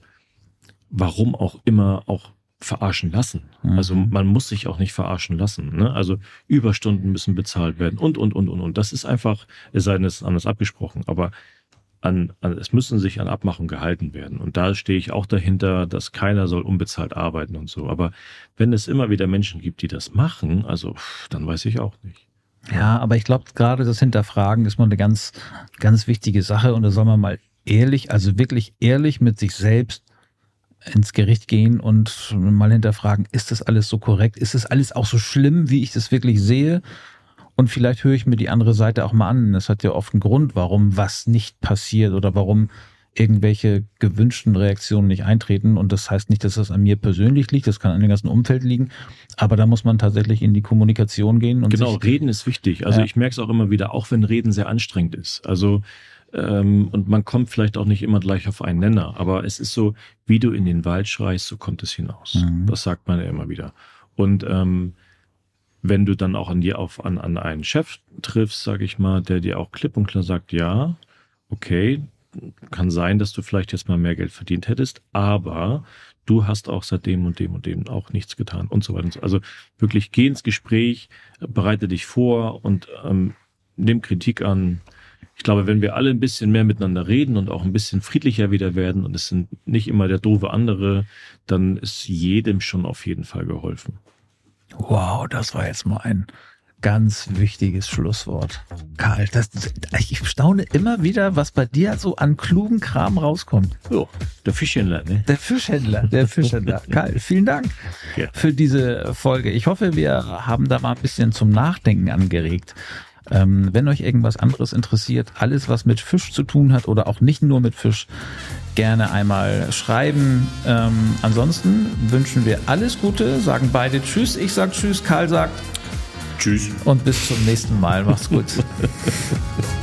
warum auch immer, auch verarschen lassen. Mhm. Also man muss sich auch nicht verarschen lassen. Ne? Also Überstunden müssen bezahlt werden und, und, und, und. Und das ist einfach, es sei denn, es ist anders abgesprochen, aber an, an, es müssen sich an Abmachungen gehalten werden. Und da stehe ich auch dahinter, dass keiner soll unbezahlt arbeiten und so. Aber wenn es immer wieder Menschen gibt, die das machen, also dann weiß ich auch nicht. Ja, aber ich glaube, gerade das Hinterfragen ist mal eine ganz, ganz wichtige Sache. Und da soll man mal ehrlich, also wirklich ehrlich mit sich selbst ins Gericht gehen und mal hinterfragen, ist das alles so korrekt? Ist das alles auch so schlimm, wie ich das wirklich sehe? Und vielleicht höre ich mir die andere Seite auch mal an. Das hat ja oft einen Grund, warum was nicht passiert oder warum irgendwelche gewünschten Reaktionen nicht eintreten. Und das heißt nicht, dass das an mir persönlich liegt, das kann an dem ganzen Umfeld liegen. Aber da muss man tatsächlich in die Kommunikation gehen. Und genau, reden ist wichtig. Also ja. ich merke es auch immer wieder, auch wenn Reden sehr anstrengend ist. Also ähm, und man kommt vielleicht auch nicht immer gleich auf einen Nenner. Aber es ist so, wie du in den Wald schreist, so kommt es hinaus. Mhm. Das sagt man ja immer wieder. Und ähm, wenn du dann auch an dir auf an, an einen Chef triffst, sage ich mal, der dir auch klipp und klar sagt, ja, okay, kann sein, dass du vielleicht jetzt mal mehr Geld verdient hättest, aber du hast auch seit dem und dem und dem auch nichts getan und so weiter und so. Also wirklich geh ins Gespräch, bereite dich vor und ähm, nimm Kritik an. Ich glaube, wenn wir alle ein bisschen mehr miteinander reden und auch ein bisschen friedlicher wieder werden und es sind nicht immer der doofe andere, dann ist jedem schon auf jeden Fall geholfen. Wow, das war jetzt mal ein ganz wichtiges Schlusswort. Karl, das, ich staune immer wieder, was bei dir so an klugen Kram rauskommt. Jo, der Fischhändler, ne? Der Fischhändler, der Fischhändler. Karl, vielen Dank ja. für diese Folge. Ich hoffe, wir haben da mal ein bisschen zum Nachdenken angeregt. Ähm, wenn euch irgendwas anderes interessiert, alles was mit Fisch zu tun hat oder auch nicht nur mit Fisch, gerne einmal schreiben. Ähm, ansonsten wünschen wir alles Gute, sagen beide Tschüss. Ich sag Tschüss, Karl sagt Tschüss und bis zum nächsten Mal. Macht's gut.